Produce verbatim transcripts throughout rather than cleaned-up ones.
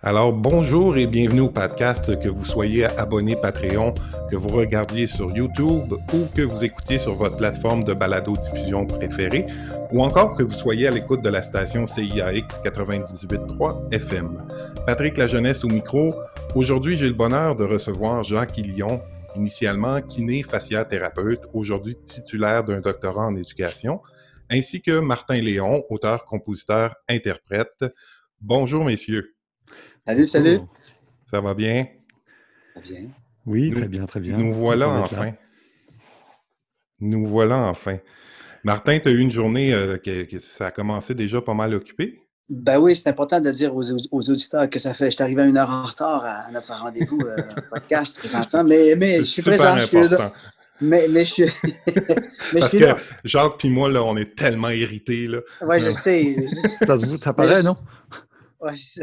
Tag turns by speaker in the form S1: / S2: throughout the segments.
S1: Alors, bonjour et bienvenue au podcast, que vous soyez abonné Patreon, que vous regardiez sur YouTube ou que vous écoutiez sur votre plateforme de balado-diffusion préférée, ou encore que vous soyez à l'écoute de la station C I A X quatre-vingt-dix-huit virgule trois F M. Patrick Lajeunesse au micro. Aujourd'hui, j'ai le bonheur de recevoir Jacques Ilion, initialement kiné-fasciathérapeute, aujourd'hui titulaire d'un doctorat en éducation, ainsi que Martin Léon, auteur, compositeur, interprète. Bonjour, messieurs.
S2: Salut, salut.
S1: Ça va bien?
S2: Bien.
S3: Oui,
S1: nous,
S3: très bien, très bien.
S1: Nous voilà
S3: Content d'être
S1: enfin.
S3: là.
S1: Nous voilà enfin. Martin, tu as eu une journée euh, que, que ça a commencé déjà pas mal occupé?
S2: Ben oui, c'est important de dire aux, aux auditeurs que ça fait. Je suis arrivé à une heure en retard à notre rendez-vous euh, podcast présentement, mais, mais je suis présent, je suis là. Mais, mais je suis, mais
S1: Parce
S2: je suis
S1: que
S2: là.
S1: Jacques puis moi, là, on est tellement irrités. Là.
S2: Oui, je sais.
S3: ça, ça paraît,
S2: je...
S3: non?
S2: Ouais, je...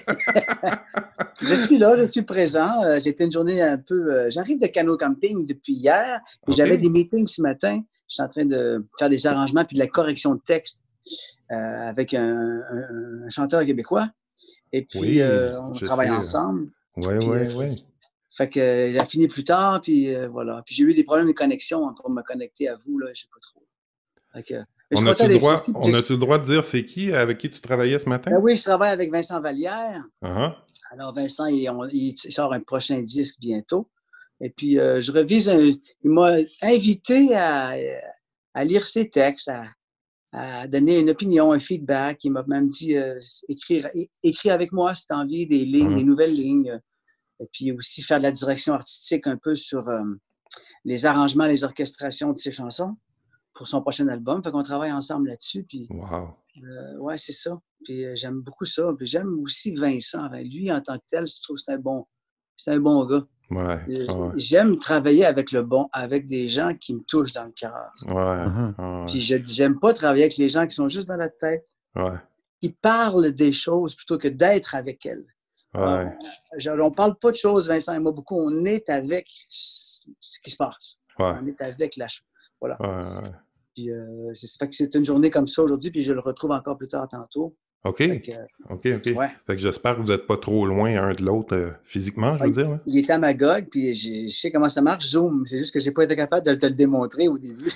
S2: je suis là, je suis présent. Euh, J'ai été une journée un peu... Euh, J'arrive de canot camping depuis hier, et
S1: okay.
S2: J'avais des meetings ce matin. Je suis en train de faire des arrangements puis de la correction de texte euh, avec un, un, un chanteur québécois. Et puis,
S1: oui,
S2: euh, on travaille
S1: sais.
S2: ensemble.
S1: Oui, oui, euh, oui.
S2: Fait que, euh, il a fini plus tard, puis euh, voilà. Puis j'ai eu des problèmes de connexion pour me connecter à vous, là, je sais pas trop. Fait que,
S1: on a-tu le, droit, on a-tu le droit de dire c'est qui, avec qui tu travaillais ce matin?
S2: Ben oui, je travaille avec Vincent Vallière.
S1: Uh-huh.
S2: Alors, Vincent, il, on, il, sort un prochain disque bientôt. Et puis, euh, je revise un... Il m'a invité à, à lire ses textes, à, à donner une opinion, un feedback. Il m'a même dit euh, écrire, écrire avec moi si tu as envie des lignes, uh-huh. des nouvelles lignes. Et puis aussi faire de la direction artistique un peu sur euh, les arrangements, les orchestrations de ses chansons pour son prochain album. Fait qu'on travaille ensemble là-dessus. Puis,
S1: wow.
S2: euh, ouais, c'est ça. Puis euh, j'aime beaucoup ça. Puis j'aime aussi Vincent. Lui, en tant que tel, je trouve que c'est un bon, c'est un bon gars.
S1: Ouais,
S2: euh,
S1: ouais.
S2: J'aime travailler avec le bon, avec des gens qui me touchent dans le cœur.
S1: Ouais, uh-huh.
S2: Puis je, j'aime pas travailler avec les gens qui sont juste dans la tête.
S1: Ouais.
S2: Qui parlent des choses plutôt que d'être avec elles.
S1: Ouais.
S2: Euh, on ne parle pas de choses, Vincent et moi, beaucoup. On est avec ce qui se passe.
S1: Ouais.
S2: On est avec la chose. Voilà.
S1: Ouais, ouais.
S2: Puis, euh, c'est, fait que c'est une journée comme ça aujourd'hui, puis je le retrouve encore plus tard tantôt.
S1: OK.
S2: Que, euh,
S1: OK, OK.
S2: Ouais.
S1: Fait que j'espère que vous n'êtes pas trop loin un de l'autre euh, physiquement, je veux
S2: ouais,
S1: dire. Là.
S2: Il est à Magog, puis je sais comment ça marche, Zoom. C'est juste que je n'ai pas été capable de te le démontrer au début.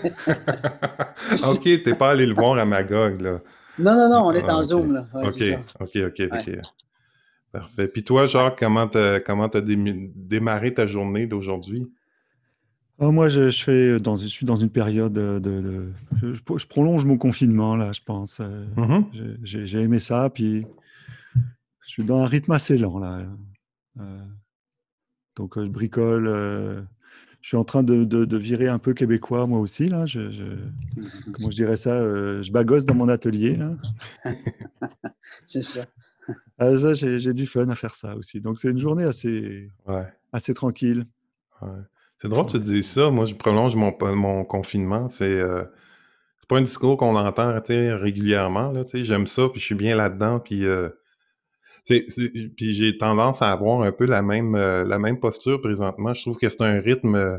S1: OK, tu n'es pas allé le voir à Magog, là.
S2: Non, non, non, on est
S1: ah,
S2: en
S1: okay.
S2: Zoom, là. Ouais,
S1: OK,
S2: c'est ça.
S1: OK, OK,
S2: ouais.
S1: OK. Parfait. Puis toi, Jacques, comment tu comment as dé- démarré ta journée d'aujourd'hui?
S3: Oh, moi, je, je, fais dans, je suis dans une période de... de, de je, je prolonge mon confinement, là, je pense. Mm-hmm. J'ai, j'ai aimé ça, puis je suis dans un rythme assez lent, là. Euh, donc, je bricole. Euh, je suis en train de, de, de virer un peu québécois, moi aussi, là. Je, je, comment je dirais ça? euh, Je bagosse dans mon atelier, là.
S2: C'est ça.
S3: Ah, ça, j'ai, j'ai du fun à faire ça aussi. Donc, c'est une journée assez,
S1: ouais.
S3: assez tranquille.
S1: Ouais. C'est drôle que tu dises ça. Moi, je prolonge mon, mon confinement. C'est, euh, c'est pas un discours qu'on entend régulièrement. Là, j'aime ça, puis je suis bien là-dedans. Puis, euh, c'est, c'est, puis j'ai tendance à avoir un peu la même, euh, la même posture présentement. Je trouve que c'est un rythme... Euh,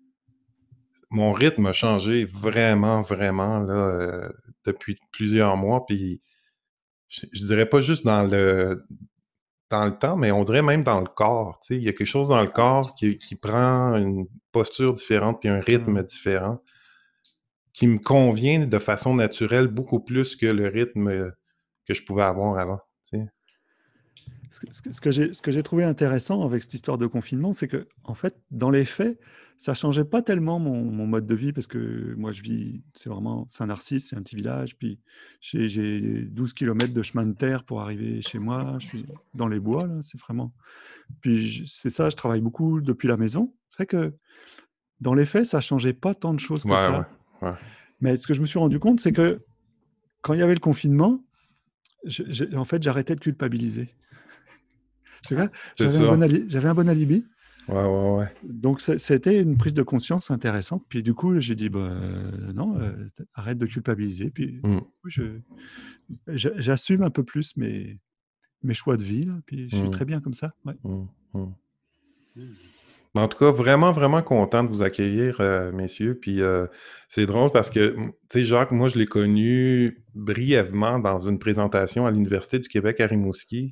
S1: mon rythme a changé vraiment, vraiment là, euh, depuis plusieurs mois. Puis je, je dirais pas juste dans le... dans le temps, mais on dirait même dans le corps. Il y a quelque chose dans le corps qui, qui prend une posture différente puis un rythme mmh. différent qui me convient de façon naturelle beaucoup plus que le rythme que je pouvais avoir avant. T'sais.
S3: Ce que, ce, que, ce, que j'ai, ce que j'ai trouvé intéressant avec cette histoire de confinement, c'est que, en fait, dans les faits, ça ne changeait pas tellement mon, mon mode de vie parce que moi, je vis, c'est vraiment Saint-Narcisse, c'est un petit village, puis j'ai, j'ai douze kilomètres de chemin de terre pour arriver chez moi, je suis dans les bois, là, c'est vraiment... Puis je, c'est ça, je travaille beaucoup depuis la maison. C'est vrai que, dans les faits, ça ne changeait pas tant de choses que
S1: ouais,
S3: ça.
S1: Ouais, ouais.
S3: Mais ce que je me suis rendu compte, c'est que quand il y avait le confinement, je, je, en fait, j'arrêtais de culpabiliser. Tu vois, j'avais, un bon ali- j'avais un bon alibi.
S1: Ouais, ouais, ouais.
S3: Donc, c'était une prise de conscience intéressante. Puis, du coup, j'ai dit, bah, euh, non, euh, arrête de culpabiliser. Puis, mm. je, je, j'assume un peu plus mes, mes choix de vie. Là, puis, je suis mm. très bien comme ça. Ouais.
S1: Mm. Mm. En tout cas, vraiment, vraiment content de vous accueillir, euh, messieurs. Puis euh, c'est drôle parce que, tu sais, Jacques, moi, je l'ai connu brièvement dans une présentation à l'Université du Québec à Rimouski.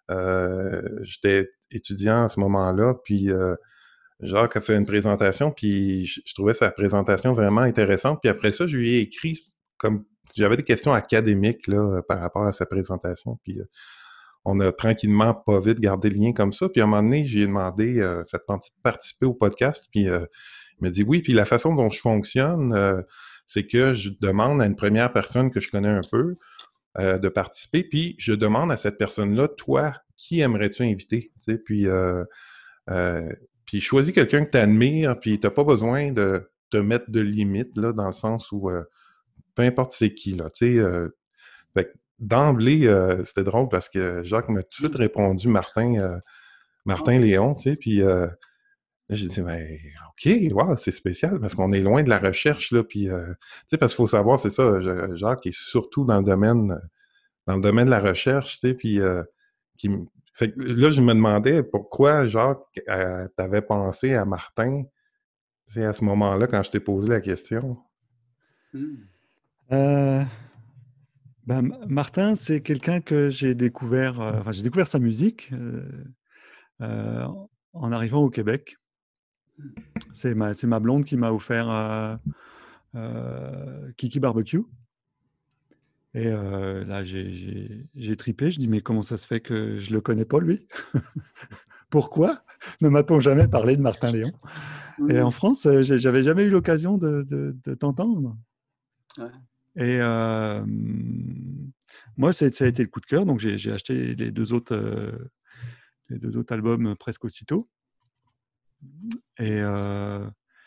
S1: Euh, j'étais étudiant à ce moment-là, puis euh, Jacques a fait une présentation, puis je, je trouvais sa présentation vraiment intéressante. Puis après ça, je lui ai écrit comme j'avais des questions académiques là par rapport à sa présentation. Puis euh, on a tranquillement, pas vite, gardé le lien comme ça. Puis à un moment donné, j'ai demandé euh, ça te tente de participer au podcast. Puis euh, il m'a dit oui. Puis la façon dont je fonctionne, euh, c'est que je demande à une première personne que je connais un peu euh, de participer. Puis je demande à cette personne-là, toi, qui aimerais-tu inviter? Tu sais, puis euh, euh, puis choisis quelqu'un que tu admires, puis t'as pas besoin de te mettre de limites, là, dans le sens où euh, peu importe c'est qui, là, tu sais. Euh, fait que d'emblée, euh, c'était drôle parce que Jacques m'a tout de suite répondu Martin, euh,
S2: Ah,
S1: Martin Léon, tu sais, puis euh, là, j'ai dit, ben, OK, wow, c'est spécial parce qu'on est loin de la recherche, là, puis, euh, tu sais, parce qu'il faut savoir, c'est ça, Ja- Jacques est surtout dans le domaine, dans le domaine de la recherche, tu sais, puis euh, qui, m- fait que là, je me demandais pourquoi, Jacques, euh, t'avais pensé à Martin, tu sais, à ce moment-là, quand je t'ai posé la question.
S2: hmm.
S3: Euh, ben, M- Martin, c'est quelqu'un que j'ai découvert, euh, enfin, j'ai découvert sa musique euh, euh, en arrivant au Québec. C'est ma, c'est ma blonde qui m'a offert euh, euh, Kiki Barbecue. Et euh, là, j'ai j'ai- j'ai tripé. Je dis, mais comment ça se fait que je le connais pas, lui? Pourquoi ne m'a-t-on jamais parlé de Martin Léon? Et
S2: Hmm.
S3: en France, euh, j'ai- j'avais jamais eu l'occasion de, de- de t'entendre.
S2: Ouais.
S3: Et euh, moi, c'est- ça a été le coup de cœur. Donc, j'ai j'ai acheté les deux autres, euh, les deux autres albums presque aussitôt. Et euh,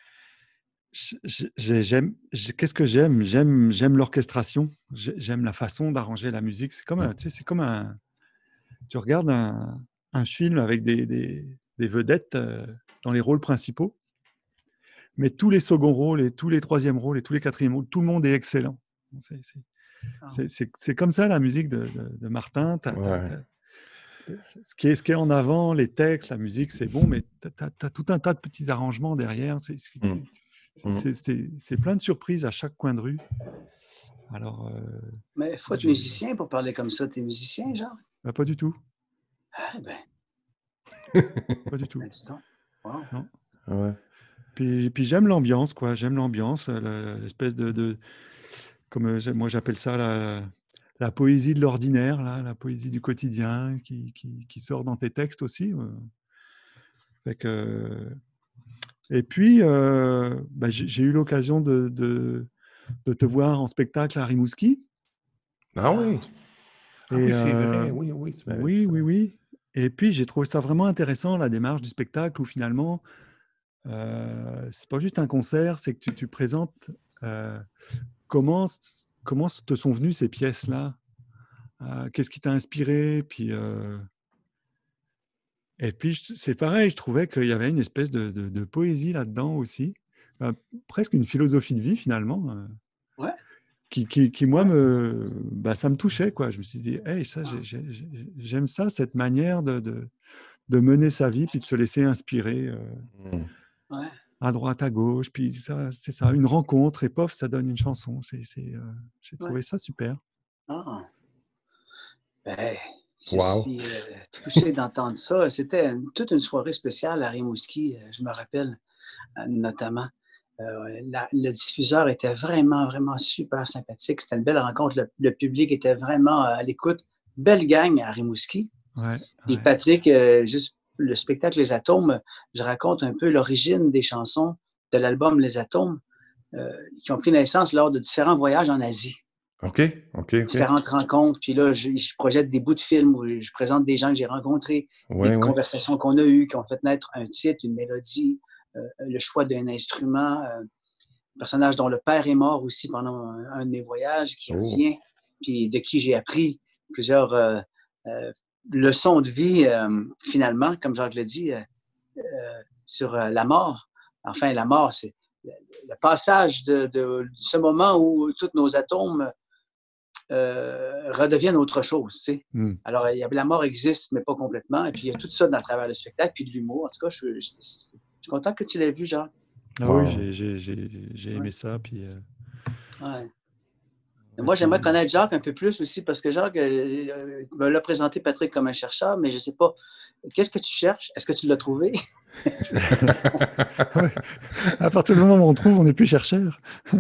S3: j- j'ai- j'aime, j'ai- qu'est-ce que j'aime? J'aime, j'aime l'orchestration. J'ai- J'aime la façon d'arranger la musique. C'est comme un, tu sais, c'est comme un, tu regardes un, un film avec des, des- des vedettes euh, dans les rôles principaux, mais tous les seconds rôles et tous les troisièmes rôles et tous les quatrièmes rôles, tout le monde est excellent. C'est c'est-
S2: Ah,
S3: c'est- c'est- c'est comme ça la musique de, de- de Martin. T'as- t'as-
S1: Ouais.
S3: t'as- ce qui est, ce qui est en avant, les textes, la musique, c'est bon, mais tu as, tout un tas de petits arrangements derrière. C'est
S1: Mm, mm.
S3: c'est- c'est- c'est plein de surprises à chaque coin de rue. Alors, euh,
S2: mais il faut être
S3: j'ai-
S2: musicien pour parler comme ça. T'es musicien, genre?
S3: bah, pas du tout.
S2: Ah, ben,
S3: Pas du tout.
S2: ben, dis donc. Wow.
S3: Non.
S1: Ouais.
S3: Puis, puis j'aime l'ambiance, quoi. J'aime l'ambiance, euh, l'espèce de, de- comme euh, j'ai- moi j'appelle ça la, la poésie de l'ordinaire, là, la poésie du quotidien qui, qui, qui sort dans tes textes aussi. euh. Fait que, et puis, euh, bah, j'ai j'ai eu l'occasion de, de, de te voir en spectacle à Rimouski.
S1: Ah
S2: Ah,
S1: oui. Ah
S3: Et
S1: oui, c'est
S3: euh,
S1: vrai. Oui, oui, tu m'avais dit
S3: oui,
S1: ça.
S3: oui, oui. Et puis j'ai trouvé ça vraiment intéressant, la démarche du spectacle, où finalement, euh, c'est pas juste un concert, c'est que tu, tu présentes euh, comment, comment te sont venues ces pièces-là. Euh, qu'est-ce qui t'a inspiré? Puis, euh, et puis, je- c'est pareil, je trouvais qu'il y avait une espèce de, de- de poésie là-dedans aussi. Euh, presque une philosophie de vie finalement, euh,
S2: ouais.
S3: qui, qui, qui, moi,
S2: Ouais.
S3: me, bah, ça me touchait, quoi. Je me suis dit, hey, ça, j'ai-
S2: Ah,
S3: j'ai- j'ai- j'aime ça, cette manière de, de, de mener sa vie, puis de se laisser inspirer euh,
S1: Mm.
S2: ouais.
S3: à droite, à gauche. Puis ça, c'est ça, une rencontre, et pof, ça donne une chanson. C'est, c'est, euh, j'ai
S2: Ouais.
S3: trouvé ça super.
S2: Ah. Ben, je
S1: Wow.
S2: suis euh, touché d'entendre ça. C'était une- toute une soirée spéciale à Rimouski, euh, je me rappelle, euh, notamment. Euh, la- le diffuseur était vraiment, vraiment super sympathique. C'était une belle rencontre. Le, le public était vraiment euh, à l'écoute. Belle gang à Rimouski.
S3: Ouais,
S2: Puis
S3: ouais.
S2: Patrick, euh, juste le spectacle Les Atomes, je raconte un peu l'origine des chansons de l'album Les Atomes, euh, qui ont pris naissance lors de différents voyages en Asie,
S1: OK, OK, OK.
S2: différentes rencontres. Puis là, je, je projette des bouts de films où je présente des gens que j'ai rencontrés,
S1: Ouais,
S2: des
S1: ouais.
S2: conversations qu'on a eues, qui ont fait naître un titre, une mélodie, euh, le choix d'un instrument, euh, un personnage dont le père est mort aussi pendant un, un de mes voyages, qui
S1: Oh.
S2: revient, puis de qui j'ai appris plusieurs euh, euh, leçons de vie, euh, finalement, comme Jacques l'a dit, euh, euh, sur euh, la mort. Enfin, la mort, c'est le, le passage de, de, de ce moment où tous nos atomes euh, redeviennent autre chose. Tu sais.
S3: Mm.
S2: Alors, il y a, la mort existe, mais pas complètement. Et puis, il y a tout ça à travers le spectacle, puis de l'humour. En tout cas, je, je, je, je suis content que tu l'aies vu, Jacques.
S3: Ah oui,
S1: Wow.
S3: j'ai, j'ai, j'ai, j'ai aimé
S2: Ouais.
S3: ça. Puis, euh,
S2: Ouais. Moi, j'aimerais connaître Jacques un peu plus aussi parce que Jacques euh, me l'a présenté Patrick comme un chercheur, mais je ne sais pas. Qu'est-ce que tu cherches? Est-ce que tu l'as trouvé?
S3: Ouais. À partir du moment où on trouve, on n'est plus chercheur.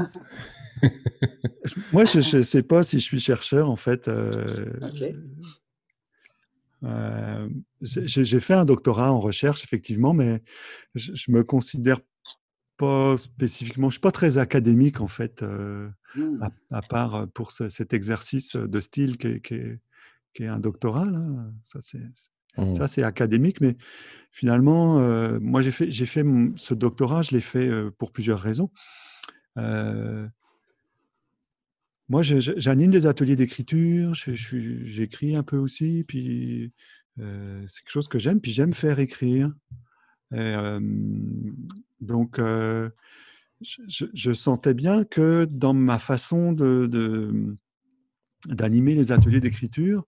S3: Moi, je ne sais pas si je suis chercheur, en fait. Euh,
S2: OK.
S3: euh, j'ai j'ai fait un doctorat en recherche, effectivement, mais je ne me considère pas spécifiquement, je ne suis pas très académique, en fait, euh,
S2: Hmm.
S3: à, à part pour ce- cet exercice de style qui est, qui est- qui est un doctorat. Là. Ça, c'est
S1: Mm.
S3: ça, c'est académique, mais finalement, euh, moi, j'ai fait, j'ai fait mon- ce doctorat, je l'ai fait euh, pour plusieurs raisons. Euh, moi, je- je- j'anime des ateliers d'écriture, je- je suis- j'écris un peu aussi, puis euh, c'est quelque chose que j'aime, puis j'aime faire écrire. Et, euh, donc, euh, je, je- je sentais bien que dans ma façon de, de- d'animer les ateliers d'écriture,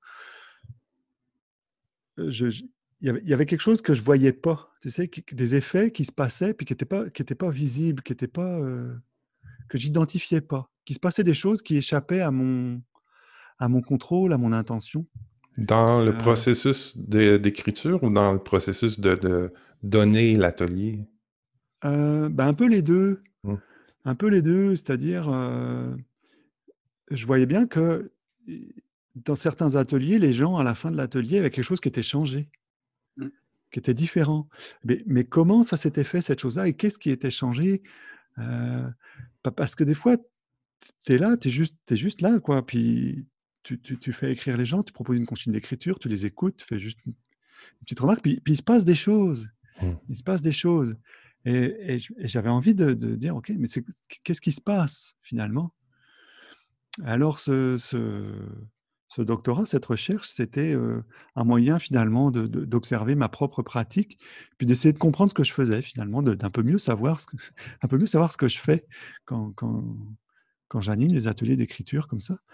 S3: je, je- il y avait, il y avait quelque chose que je voyais pas, tu sais, qui- des effets qui se passaient, puis qui n'étaient pas, qui étaient pas visibles, qui étaient pas, euh, que j'identifiais pas, qui se passaient des choses qui échappaient à mon, à mon contrôle, à mon intention.
S1: Dans le
S3: Euh,
S1: processus de- d'écriture ou dans le processus de, de donner l'atelier?
S3: euh, ben, un peu les deux,
S1: Mm.
S3: un peu les deux, c'est-à-dire, euh, je voyais bien que dans certains ateliers, les gens, à la fin de l'atelier, avaient quelque chose qui était changé,
S2: Hmm.
S3: qui était différent. Mais, mais comment ça s'était fait, cette chose-là, et qu'est-ce qui était changé? Euh, pa- parce que des fois, tu es là, tu es juste, t'es juste là, quoi. Puis tu, tu- tu fais écrire les gens, tu proposes une consigne d'écriture, tu les écoutes, tu fais juste une petite remarque, puis, puis il se passe des choses.
S1: Mm.
S3: Il se passe des choses. Et, et je- et j'avais envie de, de dire, OK, mais c'est- qu'est-ce qui se passe finalement? Alors, ce, ce, ce doctorat, cette recherche, c'était euh, un moyen finalement de- de- d'observer ma propre pratique, puis d'essayer de comprendre ce que je faisais finalement, de- d'un peu mieux savoir ce que, un peu mieux savoir ce que je fais quand, quand, quand j'anime les ateliers d'écriture comme ça.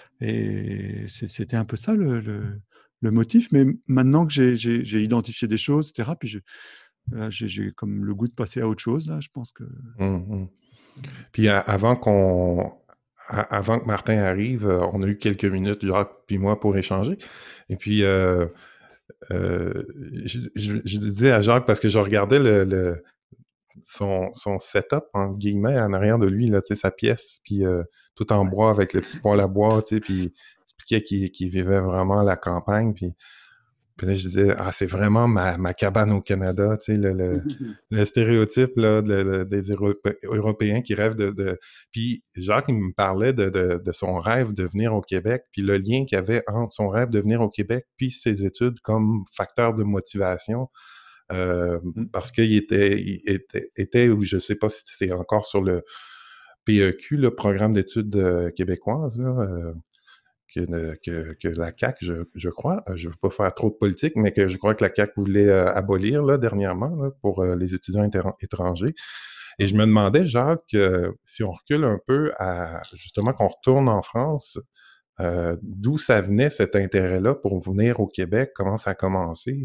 S3: Et c'est- c'était un peu ça le, le- le motif. Mais maintenant que j'ai j'ai- j'ai identifié des choses, et cetera, puis je- là, j'ai j'ai comme le goût de passer à autre chose, là, je pense que...
S1: Mm, mm. Puis à- avant qu'on, a- avant que Martin arrive, euh, on a eu quelques minutes, Jacques puis moi, pour échanger. Et puis, euh, euh, je, je- je disais à Jacques, parce que je regardais le, le- son, son setup, en guillemets, en arrière de lui, là, tu sais, sa pièce, puis euh, tout en
S2: Ouais.
S1: bois, avec le petit poêle à bois, tu sais, puis il expliquait qu'il qu'il vivait vraiment à la campagne, puis Puis là, je disais, ah, c'est vraiment ma, ma cabane au Canada, tu sais, le, le, le stéréotype là, de- de- des Europé- Européens qui rêvent de, de... Puis Jacques, il me parlait de, de, de son rêve de venir au Québec, puis le lien qu'il y avait entre son rêve de venir au Québec puis ses études comme facteur de motivation, euh,
S3: Mm.
S1: parce qu'il était, il était, était, ou je sais pas si c'est encore sur le P E Q, le Programme d'études euh, québécoises, là, euh, que, le- que, que la C A Q, je, je crois, euh, je ne veux pas faire trop de politique, mais que je crois que la C A Q voulait euh, abolir là, dernièrement là, pour euh, les étudiants éter- étrangers. Et je me demandais, Jacques, euh, si on recule un peu à justement qu'on retourne en France, euh, d'où ça venait cet intérêt-là pour venir au Québec, comment ça a commencé?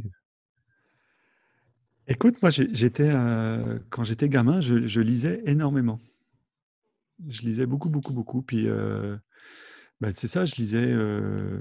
S3: Écoute, moi, j'ai- j'étais, euh, quand j'étais gamin, je, je lisais énormément. Je lisais beaucoup, beaucoup, beaucoup. Puis, euh, bah, c'est ça, je lisais euh,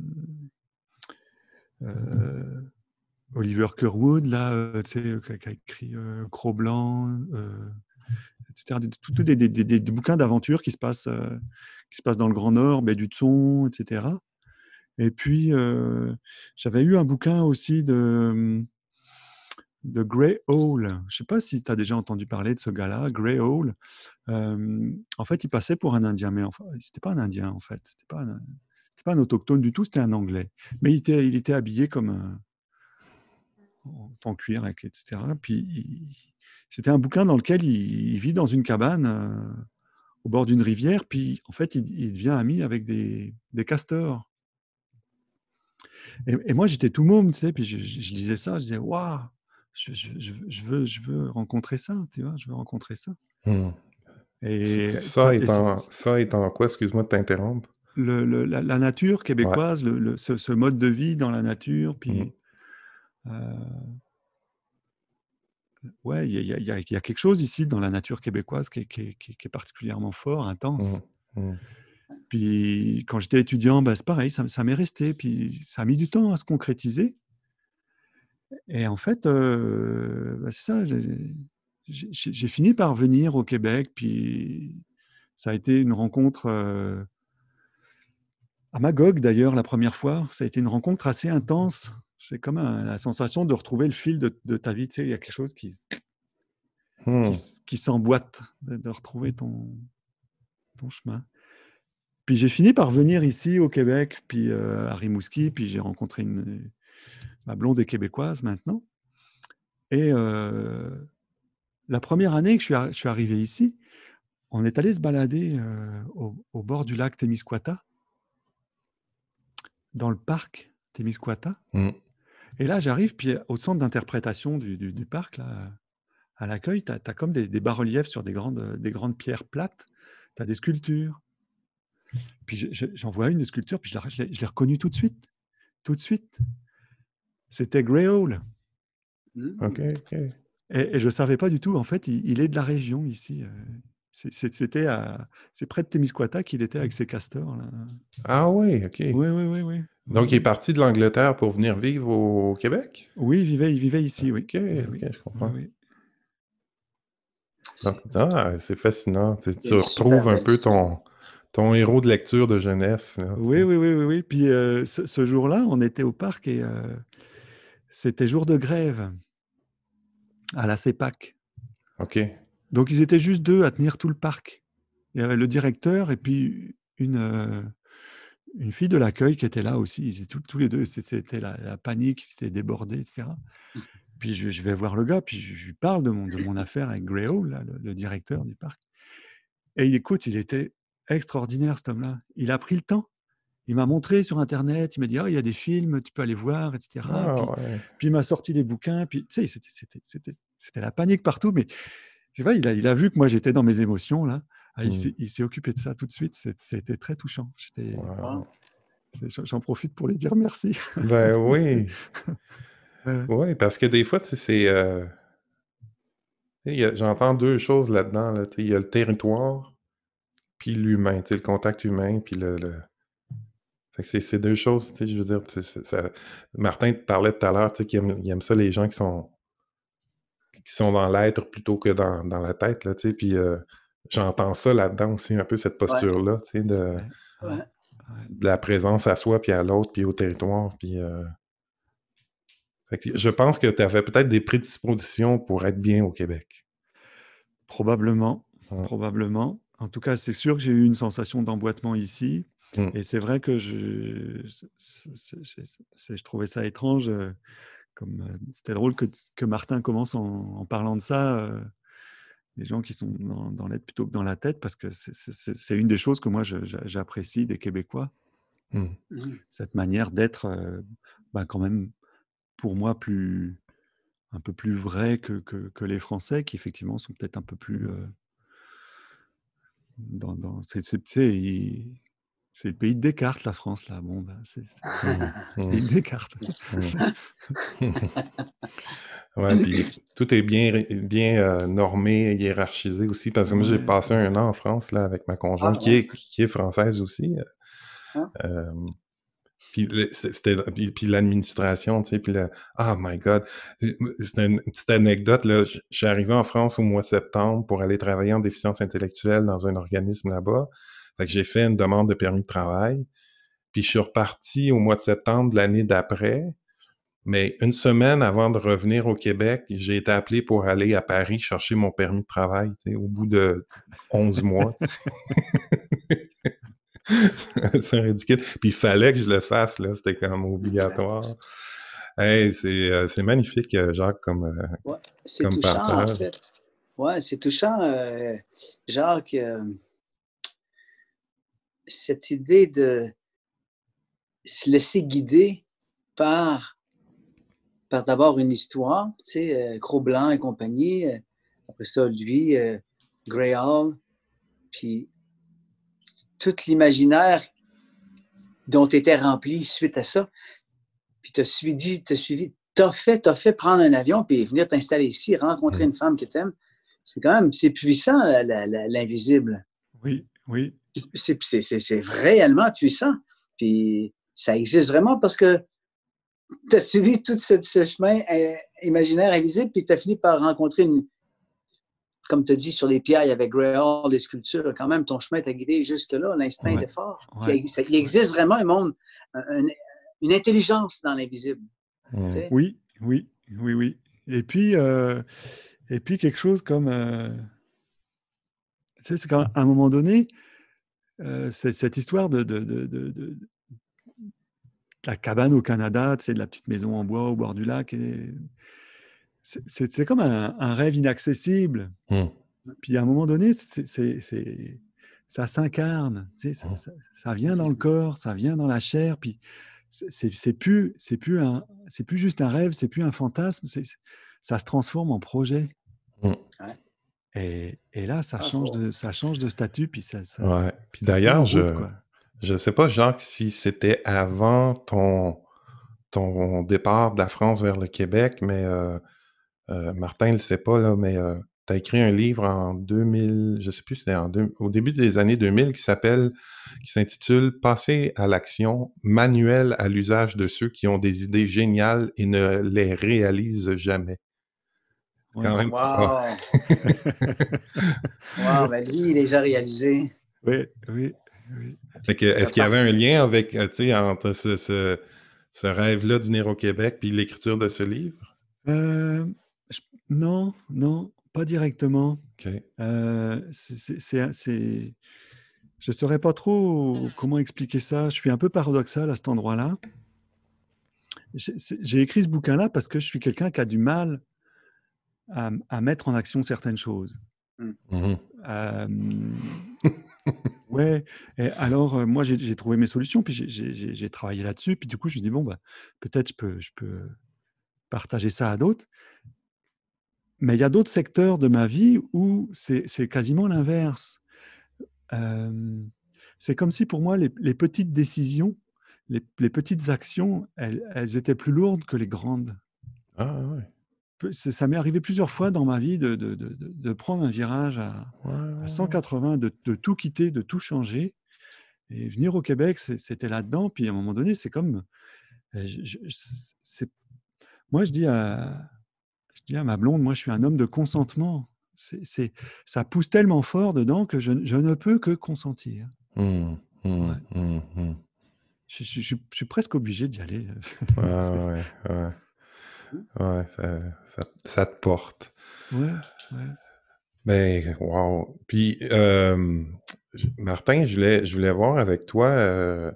S3: euh, Oliver Curwood, là, euh, tu sais, qui a, qui a écrit euh, Cro-Blanc, euh, et cetera. Des, tout- tout des, des- des- des bouquins d'aventure qui se passent, euh, qui se passent dans le Grand Nord, baie du Thon, et cetera. Et puis, euh, j'avais eu un bouquin aussi de, de Gray Hall. Je ne sais pas si tu as déjà entendu parler de ce gars-là, Gray Hall. Euh, en fait, il passait pour un Indien, mais enfin, c'était pas un Indien, en fait. C'était pas un, c'était pas un autochtone du tout, c'était un Anglais. Mais il était, il était habillé comme un, en cuir, avec, et cetera. Puis, il- c'était un bouquin dans lequel il, il vit dans une cabane euh, au bord d'une rivière, puis en fait, il, il devient ami avec des, des castors. Et, et moi, j'étais tout môme, tu sais, puis je, je- je lisais ça, je disais, waouh, je, je- je- je veux, je veux rencontrer ça, tu vois, je veux rencontrer ça.
S1: Hmm. C-
S3: Et
S1: Ça
S3: ça, et c'est-
S1: étant,
S3: c'est-
S1: ça étant quoi, excuse-moi de t'interrompre?
S3: le- le- la, la nature
S1: Ouais.
S3: québécoise, le, le- ce, ce mode de vie dans la nature,
S1: Hmm.
S3: puis euh, ouais, il y a, il y a- il y a- il y a quelque chose ici dans la nature québécoise qui est, qui est- qui est- qui est particulièrement fort,
S1: Hmm.
S3: intense.
S1: Hmm.
S3: Puis quand j'étais étudiant, bah, c'est pareil, ça, ça m'est resté. Puis ça a mis du temps à se concrétiser. Et en fait, euh, bah, c'est ça, j'ai, j'ai, j'ai fini par venir au Québec. Puis ça a été une rencontre euh, à Magog d'ailleurs, la première fois. Ça a été une rencontre assez intense. C'est comme un- la sensation de retrouver le fil de, de ta vie. Tu sais, il y a quelque chose qui,
S1: Hmm.
S3: qui, qui s'emboîte, de, de retrouver ton, ton chemin. Puis j'ai fini par venir ici au Québec, puis euh, à Rimouski, puis j'ai rencontré une, ma blonde est québécoise maintenant. Et euh, la première année que je suis, ar- je suis arrivé ici, on est allé se balader euh, au, au bord du lac Témiscouata, dans le parc Témiscouata.
S1: Hmm.
S3: Et là, j'arrive, puis au centre d'interprétation du, du, du parc, là, à l'accueil, tu as comme des, des bas-reliefs sur des grandes, des grandes pierres plates. Tu as des sculptures. Puis je- je- j'en vois une des sculptures, puis je l'ai je l'ai- je l'ai reconnue tout de suite. Tout de suite. C'était Grey Hall.
S2: Hmm.
S1: OK, OK.
S3: Et, et je ne savais pas du tout. En fait, il, il est de la région ici. euh, c'est- c'est- C'était à, c'est près de Témiscouata qu'il était avec ses castors. Là.
S1: Ah oui, OK.
S3: Oui, oui, oui, oui.
S1: Donc, il est parti de l'Angleterre pour venir vivre au Québec?
S3: Oui, il vivait, il vivait ici, oui.
S1: OK,
S3: Oui,
S1: OK,
S3: oui,
S1: je
S3: oui,
S1: comprends.
S3: oui.
S1: Donc,
S2: C'est
S1: ah, c'est fascinant. Tu,
S2: c'est
S1: tu
S2: une super
S1: retrouves un
S2: belle
S1: peu
S2: histoire.
S1: ton, ton héros de lecture de jeunesse, là, tu
S3: Oui,
S1: sais.
S3: oui, oui, oui, oui. Puis euh, ce, ce jour-là, on était au parc et euh, c'était jour de grève à la CEPAC.
S1: OK.
S3: Donc, ils étaient juste deux à tenir tout le parc. Il y avait le directeur et puis une, euh, une fille de l'accueil qui était là aussi. Ils étaient tous, tous les deux. C'était c'était la, la panique, c'était débordé, et cetera. Puis je, je vais voir le gars, puis je, je lui parle de mon, de mon affaire avec Grey Hall, là, le, le directeur du parc. Et il écoute, il était extraordinaire, cet homme-là. Il a pris le temps. Il m'a montré sur Internet, il m'a dit, ah, il y a des films, tu peux aller voir, et cetera.
S1: Ah
S3: Puis,
S1: ouais.
S3: puis il m'a sorti des bouquins. Puis, tu sais, c'était, c'était, c'était, c'était la panique partout. Mais je sais pas, il a, il a vu que moi, j'étais dans mes émotions, là. Ah, il
S1: Hmm.
S3: s'est il s'est occupé de ça tout de suite. C'est- C'était très touchant. J'étais-
S1: Wow.
S3: c'est- J'en profite pour lui dire merci.
S1: Ben oui.
S3: Euh,
S1: Oui, parce que des fois, tu sais, c'est. euh, tu sais, il y a- j'entends deux choses là-dedans, là, tu sais. Il y a le territoire, puis l'humain, tu sais, le contact humain, puis le. le- Fait que c'est c'est deux choses, tu sais, je veux dire, tu sais, c'est- ça- Martin te parlait tout à l'heure, tu sais, qu'il aime, il aime ça les gens qui sont, qui sont dans l'être plutôt que dans, dans la tête, là, tu sais, puis euh, j'entends ça là-dedans aussi, un peu cette
S2: Ouais,
S1: posture-là, tu sais, de,
S3: ouais, ouais,
S2: ouais.
S3: ouais.
S1: de la présence à soi, puis à l'autre, puis au territoire, puis... euh, fait que je pense que tu avais peut-être des prédispositions pour être bien au Québec.
S3: Probablement,
S1: Ouais.
S3: probablement. En tout cas, c'est sûr que j'ai eu une sensation d'emboîtement ici.
S1: Mm.
S3: Et c'est vrai que je, c'est- c'est- c'est- c'est- je trouvais ça étrange. euh, Comme, euh, c'était drôle que, que Martin commence en, en parlant de ça, euh, les gens qui sont dans, dans l'aide plutôt que dans la tête, parce que c'est- c'est c'est- c'est une des choses que moi je- j'a- j'apprécie des Québécois,
S1: Mm.
S2: Mhm.
S3: cette manière d'être euh, ben, quand même pour moi plus un peu plus vrai que, que, que les Français, qui effectivement sont peut-être un peu plus euh, dans, dans c'est, c'est, tu sais, il- c'est le pays de Descartes, la France, là. Bon, ben, c'est c'est
S1: Mm.
S3: le
S1: Mm.
S3: pays de Descartes.
S1: Mm. Ouais, puis tout est bien, ré- bien euh, normé, hiérarchisé aussi, parce que moi, j'ai
S3: Ouais,
S1: passé un an en France, là, avec ma conjointe,
S2: Ah,
S1: qui
S2: ouais.
S1: est, qui est française aussi.
S2: Ah.
S1: Euh, puis le- c'était, puis, puis l'administration, tu sais, puis le... Oh my God! C'est une petite anecdote, là. Je je suis arrivé en France au mois de septembre pour aller travailler en déficience intellectuelle dans un organisme là-bas. Fait que j'ai fait une demande de permis de travail. Puis je suis reparti au mois de septembre de l'année d'après. Mais une semaine avant de revenir au Québec, j'ai été appelé pour aller à Paris chercher mon permis de travail, tu sais, au bout de onze mois. C'est ridicule. Puis il fallait que je le fasse, là. C'était comme obligatoire. Hey, c'est, euh, c'est magnifique, euh, Jacques, comme, euh,
S2: Ouais, c'est
S1: comme
S2: touchant, en
S1: partage.
S2: fait. Ouais, c'est touchant, euh, Jacques, euh, cette idée de se laisser guider par, par d'abord une histoire, tu sais, euh, Cro-Blanc et compagnie, euh, après ça, lui, euh, Grey Hall, puis tout l'imaginaire dont tu étais rempli suite à ça, puis tu as suivi, t'as suivi, t'as fait, t'as fait prendre un avion, puis venir t'installer ici, rencontrer
S1: Mm.
S2: une femme que tu aimes. C'est quand même, c'est puissant, la- la- la- l'invisible.
S3: oui, oui.
S2: c'est, c'est, c'est, c'est réellement puissant. Puis ça existe vraiment parce que tu as suivi tout ce, ce chemin euh, imaginaire, invisible, puis tu as fini par rencontrer une. Comme tu as dit, sur les pierres, il y avait Grey Hall, des sculptures. Quand même, ton chemin t'a guidé jusque-là. L'instinct
S3: Ouais,
S2: était fort.
S3: ouais,
S2: Il, il existe
S3: ouais.
S2: vraiment un monde, un, une intelligence dans l'invisible.
S1: Mm.
S2: Tu sais?
S3: Oui, oui, oui, oui. Et puis, euh, et puis quelque chose comme... euh, tu sais, c'est qu'à un moment donné, euh, c'est cette histoire de, de, de, de, de la cabane au Canada, tu sais, de la petite maison en bois au bord du lac. Et c'est, c'est, c'est comme un, un rêve inaccessible.
S1: Mm.
S3: Puis à un moment donné, c'est, c'est, c'est, ça s'incarne, tu sais, ça, ça, ça vient dans le corps, ça vient dans la chair, puis c'est, c'est, c'est plus, c'est plus un, c'est plus juste un rêve, c'est plus un fantasme, c'est, ça se transforme en projet.
S1: Mm.
S3: Et, et là, ça
S2: Ah,
S3: change
S2: bon.
S3: de, ça change de statut, puis ça, ça,
S1: Ouais. Puis
S3: ça se met en
S1: d'ailleurs, je
S3: route, quoi.
S1: je sais pas, Jacques, si c'était avant ton ton départ de la France vers le Québec, mais euh, euh, Martin le sait pas, là, mais euh, tu as écrit un livre en deux mille, je sais plus, c'était en deux, au début des années deux mille, qui s'appelle, qui s'intitule Passer à l'action, manuel à l'usage de ceux qui ont des idées géniales et ne les réalisent jamais.
S3: Ouais.
S1: Quand même.
S2: Wow!
S1: Ah.
S2: Wow, ben lui, il est déjà réalisé.
S3: Oui, oui, oui.
S1: Fait que, est-ce qu'il y avait un lien avec, euh, tu sais, entre ce, ce, ce rêve-là de venir au Québec puis l'écriture de ce livre?
S3: Euh, je- non, non, pas directement.
S1: OK.
S3: Euh, c'est, c'est, c'est, c'est- je ne saurais pas trop comment expliquer ça. Je suis un peu paradoxal à cet endroit-là. J'ai, c'est- j'ai écrit ce bouquin-là parce que je suis quelqu'un qui a du mal à, à mettre en action certaines choses.
S1: Mhm.
S3: Euh, ouais. Et alors, euh, moi, j'ai, j'ai trouvé mes solutions, puis j'ai, j'ai- j'ai- j'ai travaillé là-dessus. Puis du coup, je me dis, bon, bah, peut-être je peux, je peux partager ça à d'autres. Mais il y a d'autres secteurs de ma vie où c'est, c'est quasiment l'inverse. Euh, c'est comme si pour moi, les, les petites décisions, les, les petites actions, elles, elles étaient plus lourdes que les grandes.
S1: Ah, ouais.
S3: Peu- c'est- Ça m'est arrivé plusieurs fois dans ma vie de, de, de, de- de prendre un virage à,
S1: Ouais,
S3: à
S1: ouais,
S3: cent
S1: ouais.
S3: quatre-vingts, de, de tout quitter, de tout changer. Et venir au Québec, c'est- c'était là-dedans. Puis à un moment donné, c'est comme... euh, je- je- c'est- moi, je dis à, je dis à ma blonde, moi, je suis un homme de consentement. C'est, c'est- ça pousse tellement fort dedans que je, je ne peux que consentir.
S1: Hum, hum,
S3: Ouais.
S1: hum, hum.
S3: Je, je- je- je suis presque obligé d'y aller.
S1: Ouais, ouais, ouais. Ouais, ça, ça, ça te porte.
S3: Ouais, ouais.
S1: Ben, wow. Puis, euh, je- Martin, je voulais, je voulais voir avec toi, euh,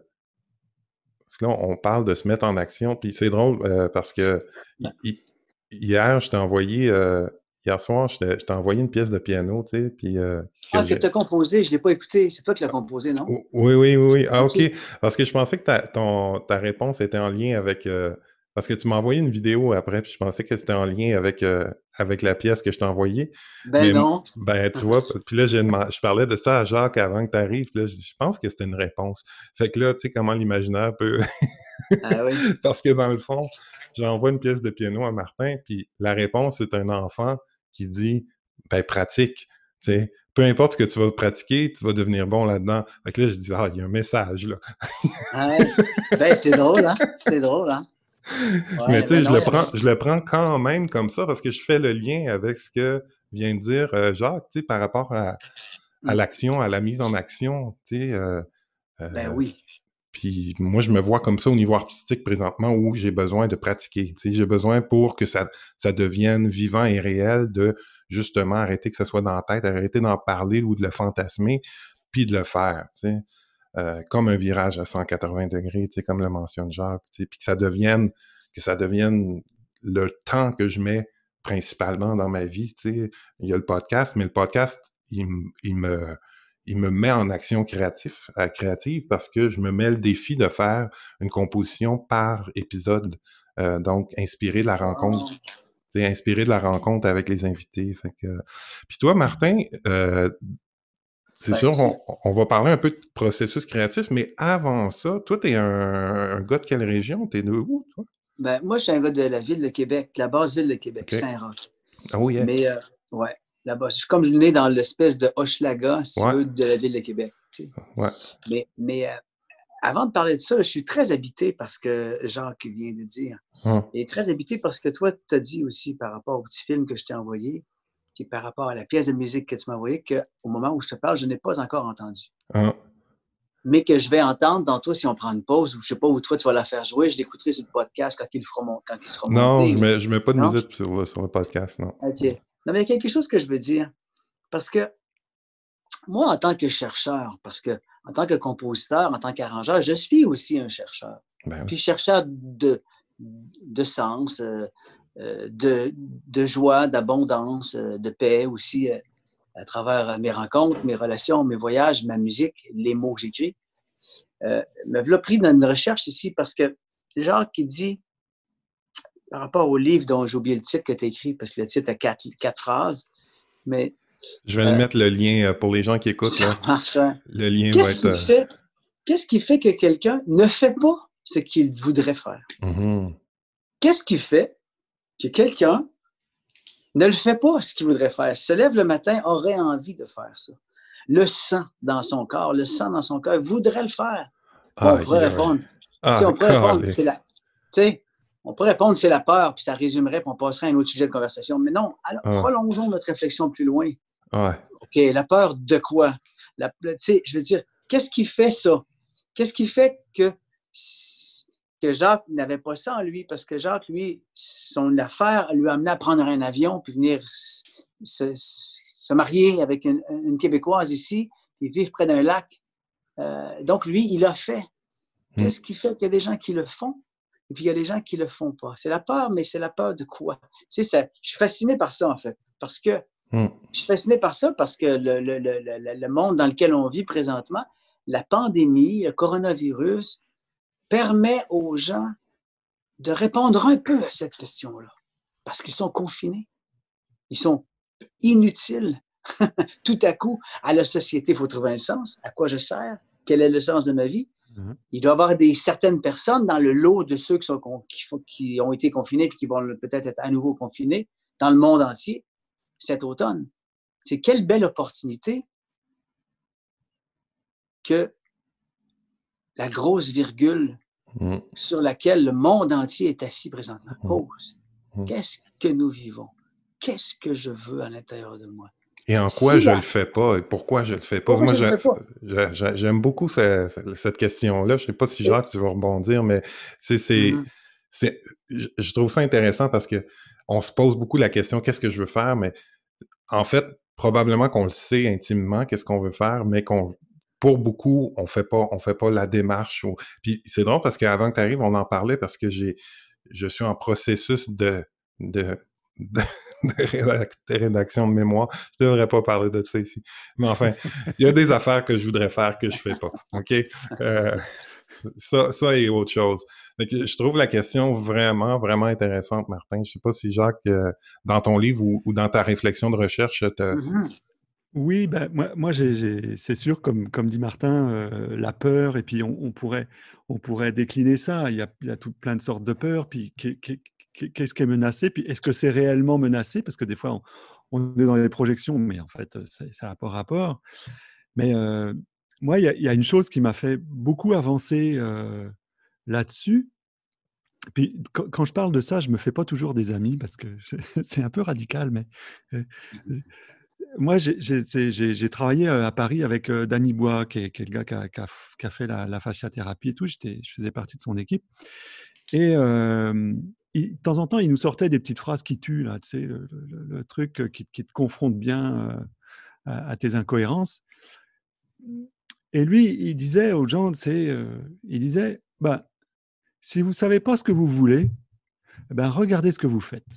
S1: parce que là, on parle de se mettre en action, puis c'est drôle euh, parce que hi- hi- hier, je t'ai envoyé, euh, hier soir, je t'ai je t'ai envoyé une pièce de piano, tu sais, puis euh, que
S2: Ah, que
S1: j'ai...
S2: tu as composé, je ne l'ai pas écouté. C'est toi qui l'as composé, non?
S1: O- Oui, oui, oui, oui. Ah,
S2: OK.
S1: OK. Parce que je pensais que ta, ton, ta réponse était en lien avec... euh, parce que tu m'as envoyé une vidéo après, puis je pensais que c'était en lien avec, euh, avec la pièce que je t'ai envoyée.
S2: Ben
S1: Mais,
S2: non.
S1: ben, tu vois, puis là, j'ai demandé- je parlais de ça à Jacques avant que tu arrives, puis là, je dis, je pense que c'était une réponse. Fait que là, tu sais comment l'imaginaire peut...
S2: Ah oui.
S1: Parce que dans le fond, j'envoie une pièce de piano à Martin, puis la réponse, c'est un enfant qui dit, ben, pratique, tu sais. Peu importe ce que tu vas pratiquer, tu vas devenir bon là-dedans. Fait que là, je dis, ah, il y a un message, là.
S2: Ah ouais. Ben, c'est drôle, hein? C'est drôle, hein?
S1: Mais
S2: Ouais,
S1: tu sais,
S2: ben
S1: je
S2: non.
S1: le prends, je le prends quand même comme ça parce que je fais le lien avec ce que vient de dire euh, Jacques, tu sais, par rapport à, à l'action, à la mise en action, tu sais. Euh,
S2: Ben
S1: euh,
S2: oui.
S1: Puis moi, je me vois comme ça au niveau artistique présentement où j'ai besoin de pratiquer. Tu sais, j'ai besoin pour que ça, ça devienne vivant et réel de justement arrêter que ça soit dans la tête, arrêter d'en parler ou de le fantasmer, puis de le faire, tu sais. Euh, comme un virage à cent quatre-vingts degrés, tu sais, comme le mentionne Jacques, tu sais, puis que ça devienne, que ça devienne le temps que je mets principalement dans ma vie, tu sais. Il y a le podcast, mais le podcast, il, m- il me, il me met en action créative, euh, créative parce que je me mets le défi de faire une composition par épisode, euh, donc inspiré de la rencontre,
S2: Oh.
S1: tu sais, inspiré de la rencontre avec les invités. Fait que, puis toi, Martin, euh, c'est
S2: Ben,
S1: sûr,
S2: c'est...
S1: on, on va parler un peu de processus créatif, mais avant ça, toi, t'es un, un gars de quelle région? T'es de où, toi?
S2: ben, moi, je suis un gars de la ville de Québec, de la basse ville de Québec,
S1: OK.
S2: Saint-Roch.
S1: Ah oui, yeah.
S2: Mais, euh, ouais, là-bas, je suis comme je suis né dans l'espèce de Hochelaga, si
S1: Ouais.
S2: tu veux, de la ville de Québec. tu sais.
S1: Ouais.
S2: Mais, mais euh, avant de parler de ça, je suis très habité par ce que Jacques vient de dire.
S1: Hum.
S2: Et très habité par ce que toi, tu as dit aussi par rapport au petit film que je t'ai envoyé, puis par rapport à la pièce de musique que tu m'as envoyée, qu'au moment où je te parle, je n'ai pas encore entendu.
S1: Hum.
S2: Mais que je vais entendre dans toi si on prend une pause, ou je ne sais pas où toi tu vas la faire jouer, je l'écouterai sur le podcast quand il, fera mon, quand il sera
S1: Non,
S2: monté.
S1: je mets, je mets pas de
S2: Non?
S1: musique sur le, sur le podcast, non.
S2: OK. Non, mais il y a quelque chose que je veux dire. Parce que moi, en tant que chercheur, parce que en tant que compositeur, en tant qu'arrangeur, je suis aussi un chercheur.
S1: Ben oui.
S2: Puis chercheur de, de sens, euh, de, de joie, d'abondance, de paix aussi, euh, à travers mes rencontres, mes relations, mes voyages, ma musique, les mots que j'écris. Euh, me voilà pris dans une recherche ici parce que Jacques qui dit, par rapport au livre dont j'ai oublié le titre que tu as écrit, parce que le titre a quatre, quatre phrases, mais
S1: je vais euh, mettre le lien pour les gens qui écoutent.
S2: Ça
S1: là.
S2: marche, hein?
S1: Le lien
S2: Qu'est-ce
S1: va être...
S2: qui fait, qu'est-ce qui fait que quelqu'un ne fait pas ce qu'il voudrait faire?
S1: Mm-hmm.
S2: Qu'est-ce qui fait que quelqu'un ne le fait pas ce qu'il voudrait faire? Se lève le matin, aurait envie de faire ça. Le sent dans son corps, le sent dans son cœur, voudrait le faire. Ah, on pourrait yeah. répondre, ah, on pourrait répondre, c'est la, tu sais, on pourrait répondre c'est la peur, puis ça résumerait, puis on passerait à un autre sujet de conversation. Mais non, alors, ah. prolongeons notre réflexion plus loin.
S1: Ouais.
S2: OK, la peur de quoi? La, tu sais, je veux dire, qu'est-ce qui fait ça? Qu'est-ce qui fait que, que Jacques n'avait pas ça en lui? Parce que Jacques, lui, son affaire lui a amené à prendre un avion puis venir se, se marier avec une, une Québécoise ici et vivre près d'un lac. Euh, donc, lui, il l'a fait. Qu'est-ce qui fait qu'il y a des gens qui le font et puis il y a des gens qui ne le font pas? C'est la peur, mais c'est la peur de quoi? Tu sais, ça, je suis fasciné par ça, en fait, parce que Mm. Je suis fasciné par ça parce que le, le, le, le monde dans lequel on vit présentement, la pandémie, le coronavirus, permet aux gens de répondre un peu à cette question-là. Parce qu'ils sont confinés. Ils sont inutiles. Tout à coup, à la société, il faut trouver un sens. À quoi je sers? Quel est le sens de ma vie? Mm-hmm. Il doit y avoir des, certaines personnes dans le lot de ceux qui, sont, qui, qui ont été confinés et qui vont peut-être être à nouveau confinés dans le monde entier cet automne. C'est quelle belle opportunité que la grosse virgule mmh. sur laquelle le monde entier est assis présentement pose. Mmh. Qu'est-ce que nous vivons? Qu'est-ce que je veux à l'intérieur de moi?
S1: Et en quoi si je ne la... le fais pas? Et pourquoi je ne le fais pas? Pourquoi moi, je je, je, je, j'aime beaucoup cette, cette question-là. Je ne sais pas si Jacques, tu vas rebondir, mais c'est, c'est, mmh. c'est, je, je trouve ça intéressant parce qu'on se pose beaucoup la question, qu'est-ce que je veux faire? Mais en fait, probablement qu'on le sait intimement, qu'est-ce qu'on veut faire, mais qu'on, pour beaucoup, on fait pas, on fait pas la démarche. Ou... Puis c'est drôle parce qu'avant que tu arrives, on en parlait parce que j'ai, je suis en processus de, de, de, de rédaction de mémoire. Je devrais pas parler de ça ici. Mais enfin, il y a des affaires que je voudrais faire que je fais pas. OK? Euh, ça, ça et autre chose. Donc, je trouve la question vraiment, vraiment intéressante, Martin. Je sais pas si Jacques, euh, dans ton livre ou, ou dans ta réflexion de recherche, te...
S3: Mm-hmm. Oui, ben, moi, moi j'ai, j'ai, c'est sûr, comme, comme dit Martin, euh, la peur, et puis on, on, pourrait, on pourrait décliner ça. Il y a, il y a tout, plein de sortes de peurs, puis qu'est-ce qui est menacé, puis est-ce que c'est réellement menacé? Parce que des fois, on, on est dans les projections, mais en fait, ça n'a pas rapport. Mais euh, moi, il y, a, il y a une chose qui m'a fait beaucoup avancer euh, là-dessus. Puis quand, quand je parle de ça, je me fais pas toujours des amis parce que c'est un peu radical, mais euh, moi, j'ai, j'ai, j'ai, j'ai travaillé à Paris avec euh, Danny Bois, qui est, qui est le gars qui a, qui a, qui a fait la, la fasciathérapie et tout. J'étais, je faisais partie de son équipe. Et euh, il, de temps en temps, il nous sortait des petites phrases qui tuent, là, tu sais, le, le, le truc qui, qui te confronte bien euh, à, à tes incohérences. Et lui, il disait aux gens, c'est, euh, il disait, bah, si vous ne savez pas ce que vous voulez, ben, regardez ce que vous faites.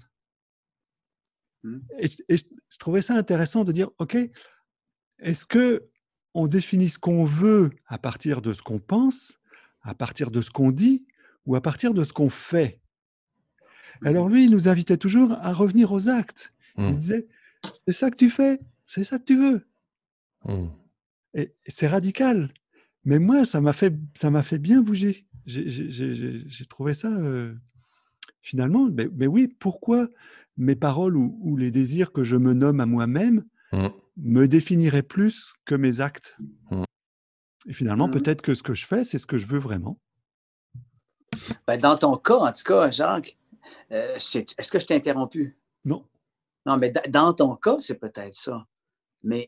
S3: Et, et je, je trouvais ça intéressant de dire, OK, est-ce qu'on définit ce qu'on veut à partir de ce qu'on pense, à partir de ce qu'on dit, ou à partir de ce qu'on fait? Alors lui, il nous invitait toujours à revenir aux actes. Mmh. Il disait, c'est ça que tu fais, c'est ça que tu veux. Mmh. Et, et c'est radical. Mais moi, ça m'a fait, ça m'a fait bien bouger. J'ai, j'ai, j'ai, j'ai trouvé ça... Euh, finalement, mais, mais oui, pourquoi mes paroles ou, ou les désirs que je me nomme à moi-même mmh. me définiraient plus que mes actes? mmh. Et finalement,
S2: Mhm.
S3: peut-être que ce que je fais, c'est ce que je veux vraiment.
S2: Ben, dans ton cas, en tout cas, Jacques, euh, c'est- est-ce que je t'ai interrompu?
S3: Non.
S2: Non, mais da- dans ton cas, c'est peut-être ça. Mais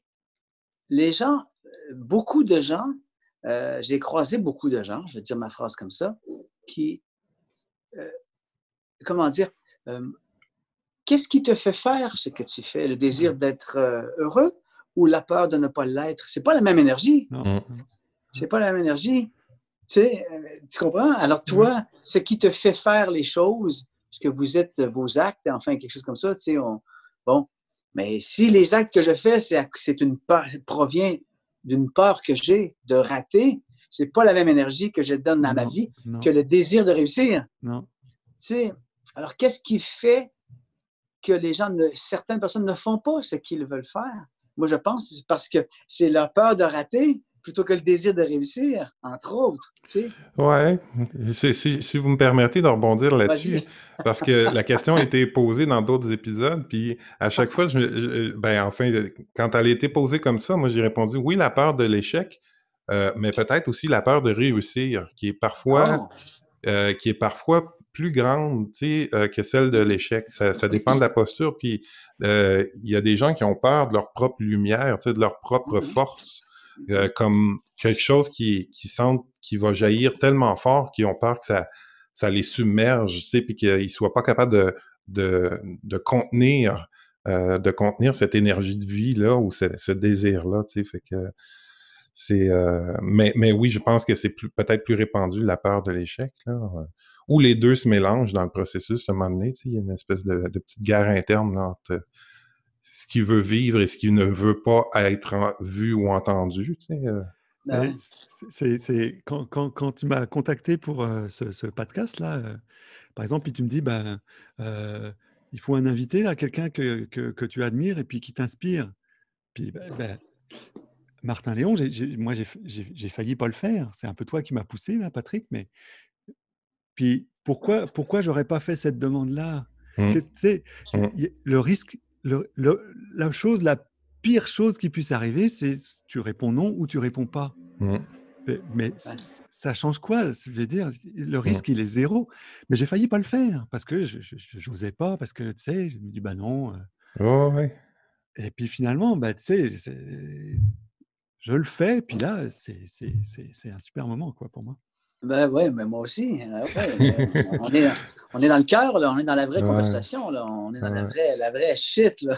S2: les gens, euh, beaucoup de gens, euh, j'ai croisé beaucoup de gens, je vais dire ma phrase comme ça, qui, euh, comment dire, euh, qu'est-ce qui te fait faire ce que tu fais? Le désir d'être euh, heureux ou la peur de ne pas l'être? C'est pas la même énergie.
S3: Non.
S1: Mm.
S3: non.
S2: C'est pas la même énergie. Tu sais, euh, tu comprends? Alors
S3: Ouais.
S2: toi, ce qui te fait faire les choses, ce que vous êtes, vos actes, enfin quelque chose comme ça, tu sais, on- bon. Mais si les actes que je fais, c'est, c'est une peur, provient d'une peur que j'ai de rater, c'est pas la même énergie que je donne à ma
S3: Non.
S2: vie que
S3: Non.
S2: le désir de réussir.
S3: Non.
S2: Tu sais, alors qu'est-ce qui fait que les gens, ne, certaines personnes ne font pas ce qu'ils veulent faire? Moi, je pense que c'est parce que c'est leur peur de rater plutôt que le désir de réussir, entre autres. Tu sais,
S1: Ouais, c'est- si, si vous me permettez de rebondir là-dessus,
S2: vas-y.
S1: parce que la question a été posée dans d'autres épisodes, puis à chaque fois, je, me- je- ben enfin, quand elle a été posée comme ça, moi j'ai répondu oui, la peur de l'échec, euh, mais peut-être aussi la peur de réussir, qui est parfois,
S2: Oh,
S1: euh, qui est parfois plus grande, tu sais, euh, que celle de l'échec. Ça, ça dépend de la posture, puis euh, il y a des gens qui ont peur de leur propre lumière, tu sais, de leur propre force euh, comme quelque chose qui, qui sentent qui va jaillir tellement fort qu'ils ont peur que ça, ça les submerge, tu sais, puis qu'ils soient pas capables de, de, de contenir, euh, de contenir cette énergie de vie là ou ce, ce désir-là, tu sais, fait que c'est, euh, mais, mais oui, je pense que c'est plus, peut-être plus répandu la peur de l'échec là, euh, ou les deux se mélangent dans le processus à un moment donné, tu sais, il y a une espèce de, de petite guerre interne là, entre ce qu'il veut vivre et ce qu'il ne veut pas être en- vu ou entendu, tu sais. euh.
S2: ben
S3: Et
S2: ouais.
S3: c'est, c'est- quand, quand, quand tu m'as contacté pour euh, ce, ce podcast-là, euh, par exemple, puis tu me dis, ben, euh, il faut un invité, là, quelqu'un que, que, que tu admires et puis qui t'inspire. Puis, ben, ben, Martin Léon, j'ai, j'ai- moi, j'ai, j'ai, j'ai failli pas le faire. C'est un peu toi qui m'as poussé, là, Patrick. Mais puis, pourquoi, pourquoi j'aurais pas fait cette demande-là?
S1: Mm,
S3: Qu'est-ce- tu sais,
S1: mm,
S3: y- y- le risque, le, le- la chose, la pire chose qui puisse arriver, c'est tu réponds non ou tu réponds pas.
S1: mm,
S3: Mais, mais
S2: Ouais.
S3: c- ça change quoi? Je veux dire, le
S1: mm.
S3: risque, il est zéro. Mais j'ai failli pas le faire parce que je n'osais pas, parce que, tu sais, je me dis, bah non. euh.
S1: Oh, ouais.
S3: Et puis finalement, bah, tu sais, c'est- je le fais. Et puis là, c'est c'est- c'est- c'est un super moment, quoi, pour moi.
S2: Ben ouais, mais moi aussi. Ah ouais, mais on est, on est dans le cœur, là. On est dans la vraie
S1: Ouais,
S2: conversation, là. On est dans la
S1: ouais.
S2: vraie, la vraie shit, là.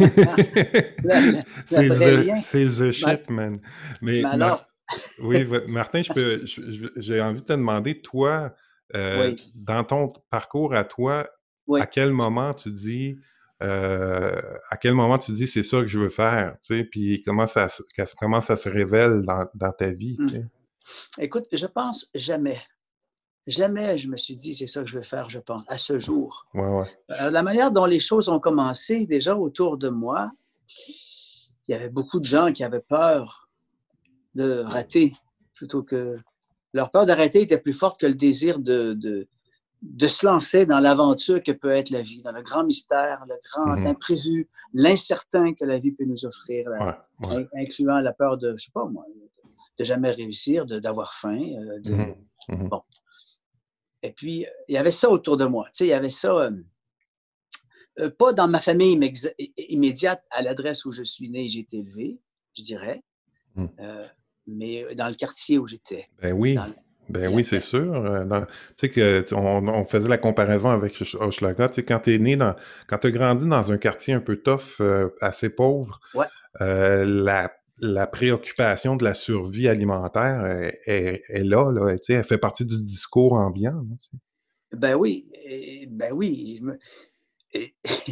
S2: La, la- la
S1: C'est
S2: vraie
S1: the,
S2: lien.
S1: c'est the
S2: Mais,
S1: shit, man. Mais
S2: mais
S1: Mar-
S2: alors,
S1: oui, va- Martin, je peux, je- je- j'ai envie de te demander, toi, euh,
S2: oui,
S1: dans ton parcours à toi, à
S2: oui.
S1: quel moment tu dis, euh, à quel moment tu dis c'est ça que je veux faire, tu sais, puis comment ça, se- comment ça se révèle dans, dans ta vie,
S2: Hum.
S1: tu sais.
S2: Écoute, je pense jamais. Jamais je me suis dit, c'est ça que je veux faire, je pense, à ce jour.
S1: Ouais, ouais.
S2: Euh, la manière dont les choses ont commencé déjà autour de moi, il y avait beaucoup de gens qui avaient peur de rater plutôt que. Leur peur d'arrêter était plus forte que le désir de, de, de se lancer dans l'aventure que peut être la vie, dans le grand mystère, le grand
S1: Mhm.
S2: imprévu, l'incertain que la vie peut nous offrir,
S1: Ouais, ouais.
S2: incluant la peur de, je sais pas moi, de jamais réussir, de, d'avoir faim, euh, de.
S1: Mhm. Mhm.
S2: Bon. Et puis, il y avait ça autour de moi. Tu sais, il y avait ça, euh, euh, pas dans ma famille immédiate, à l'adresse où je suis né et j'ai été élevé, je dirais,
S1: Mhm.
S2: euh, mais dans le quartier où j'étais.
S1: Ben oui,
S2: Dans,
S1: ben
S2: il y
S1: oui, c'est
S2: avait,
S1: sûr. euh, dans- Tu sais que t- on, on faisait la comparaison avec Hoch- Hochelaga. Tu sais, quand t'es né dans, quand t'as grandi dans un quartier un peu tough, euh, assez pauvre,
S2: ouais,
S1: euh, la, la préoccupation de la survie alimentaire est, est- est là, là. Tu sais, elle fait partie du discours ambiant, là, tu sais.
S2: ben oui, et- ben oui. Je me, et-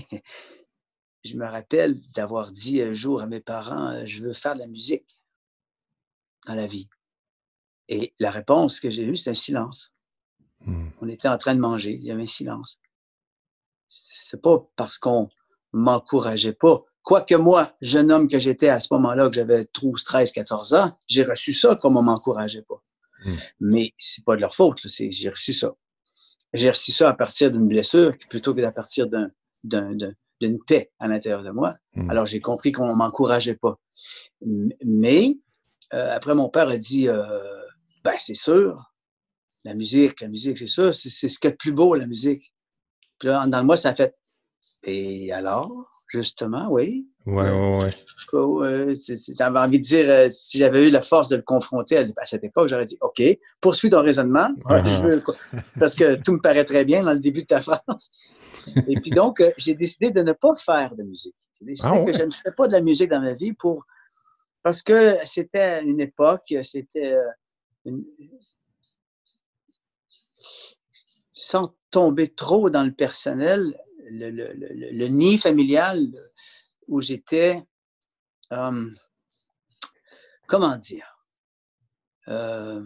S2: je me rappelle d'avoir dit un jour à mes parents, euh, je veux faire de la musique dans la vie. Et la réponse que j'ai eue, c'est un silence.
S1: Hmm.
S2: On était en train de manger, il y avait un silence. C'est pas parce qu'on m'encourageait pas. Quoique moi, jeune homme que j'étais à ce moment-là, que j'avais douze, treize, quatorze ans, j'ai reçu ça comme on m'encourageait pas.
S1: Hmm.
S2: Mais c'est pas de leur faute, là, c'est, j'ai reçu ça. J'ai reçu ça à partir d'une blessure plutôt que à partir d'un, d'un, d'un, d'une paix à l'intérieur de moi.
S1: Hmm.
S2: Alors j'ai compris qu'on m'encourageait pas. Mais euh, après, mon père a dit, euh, ben, c'est sûr, la musique, la musique, c'est ça, c'est, c'est ce qu'il y a de plus beau, la musique. Puis là, dans moi, ça a fait, et alors, justement, oui.
S1: Ouais,
S2: Euh,
S1: ouais, ouais.
S2: euh, c'est, c'est, j'avais envie de dire, euh, si j'avais eu la force de le confronter à, à cette époque, j'aurais dit, OK, poursuis ton raisonnement, ouais, je veux, parce que tout me paraît très bien dans le début de ta phrase. Et puis donc, euh, j'ai décidé de ne pas faire de musique. J'ai décidé ah, ouais. que je ne ferais pas de la musique dans ma vie pour, parce que c'était une époque, c'était une, sans tomber trop dans le personnel, le, le, le, le nid familial où j'étais, euh, comment dire, euh,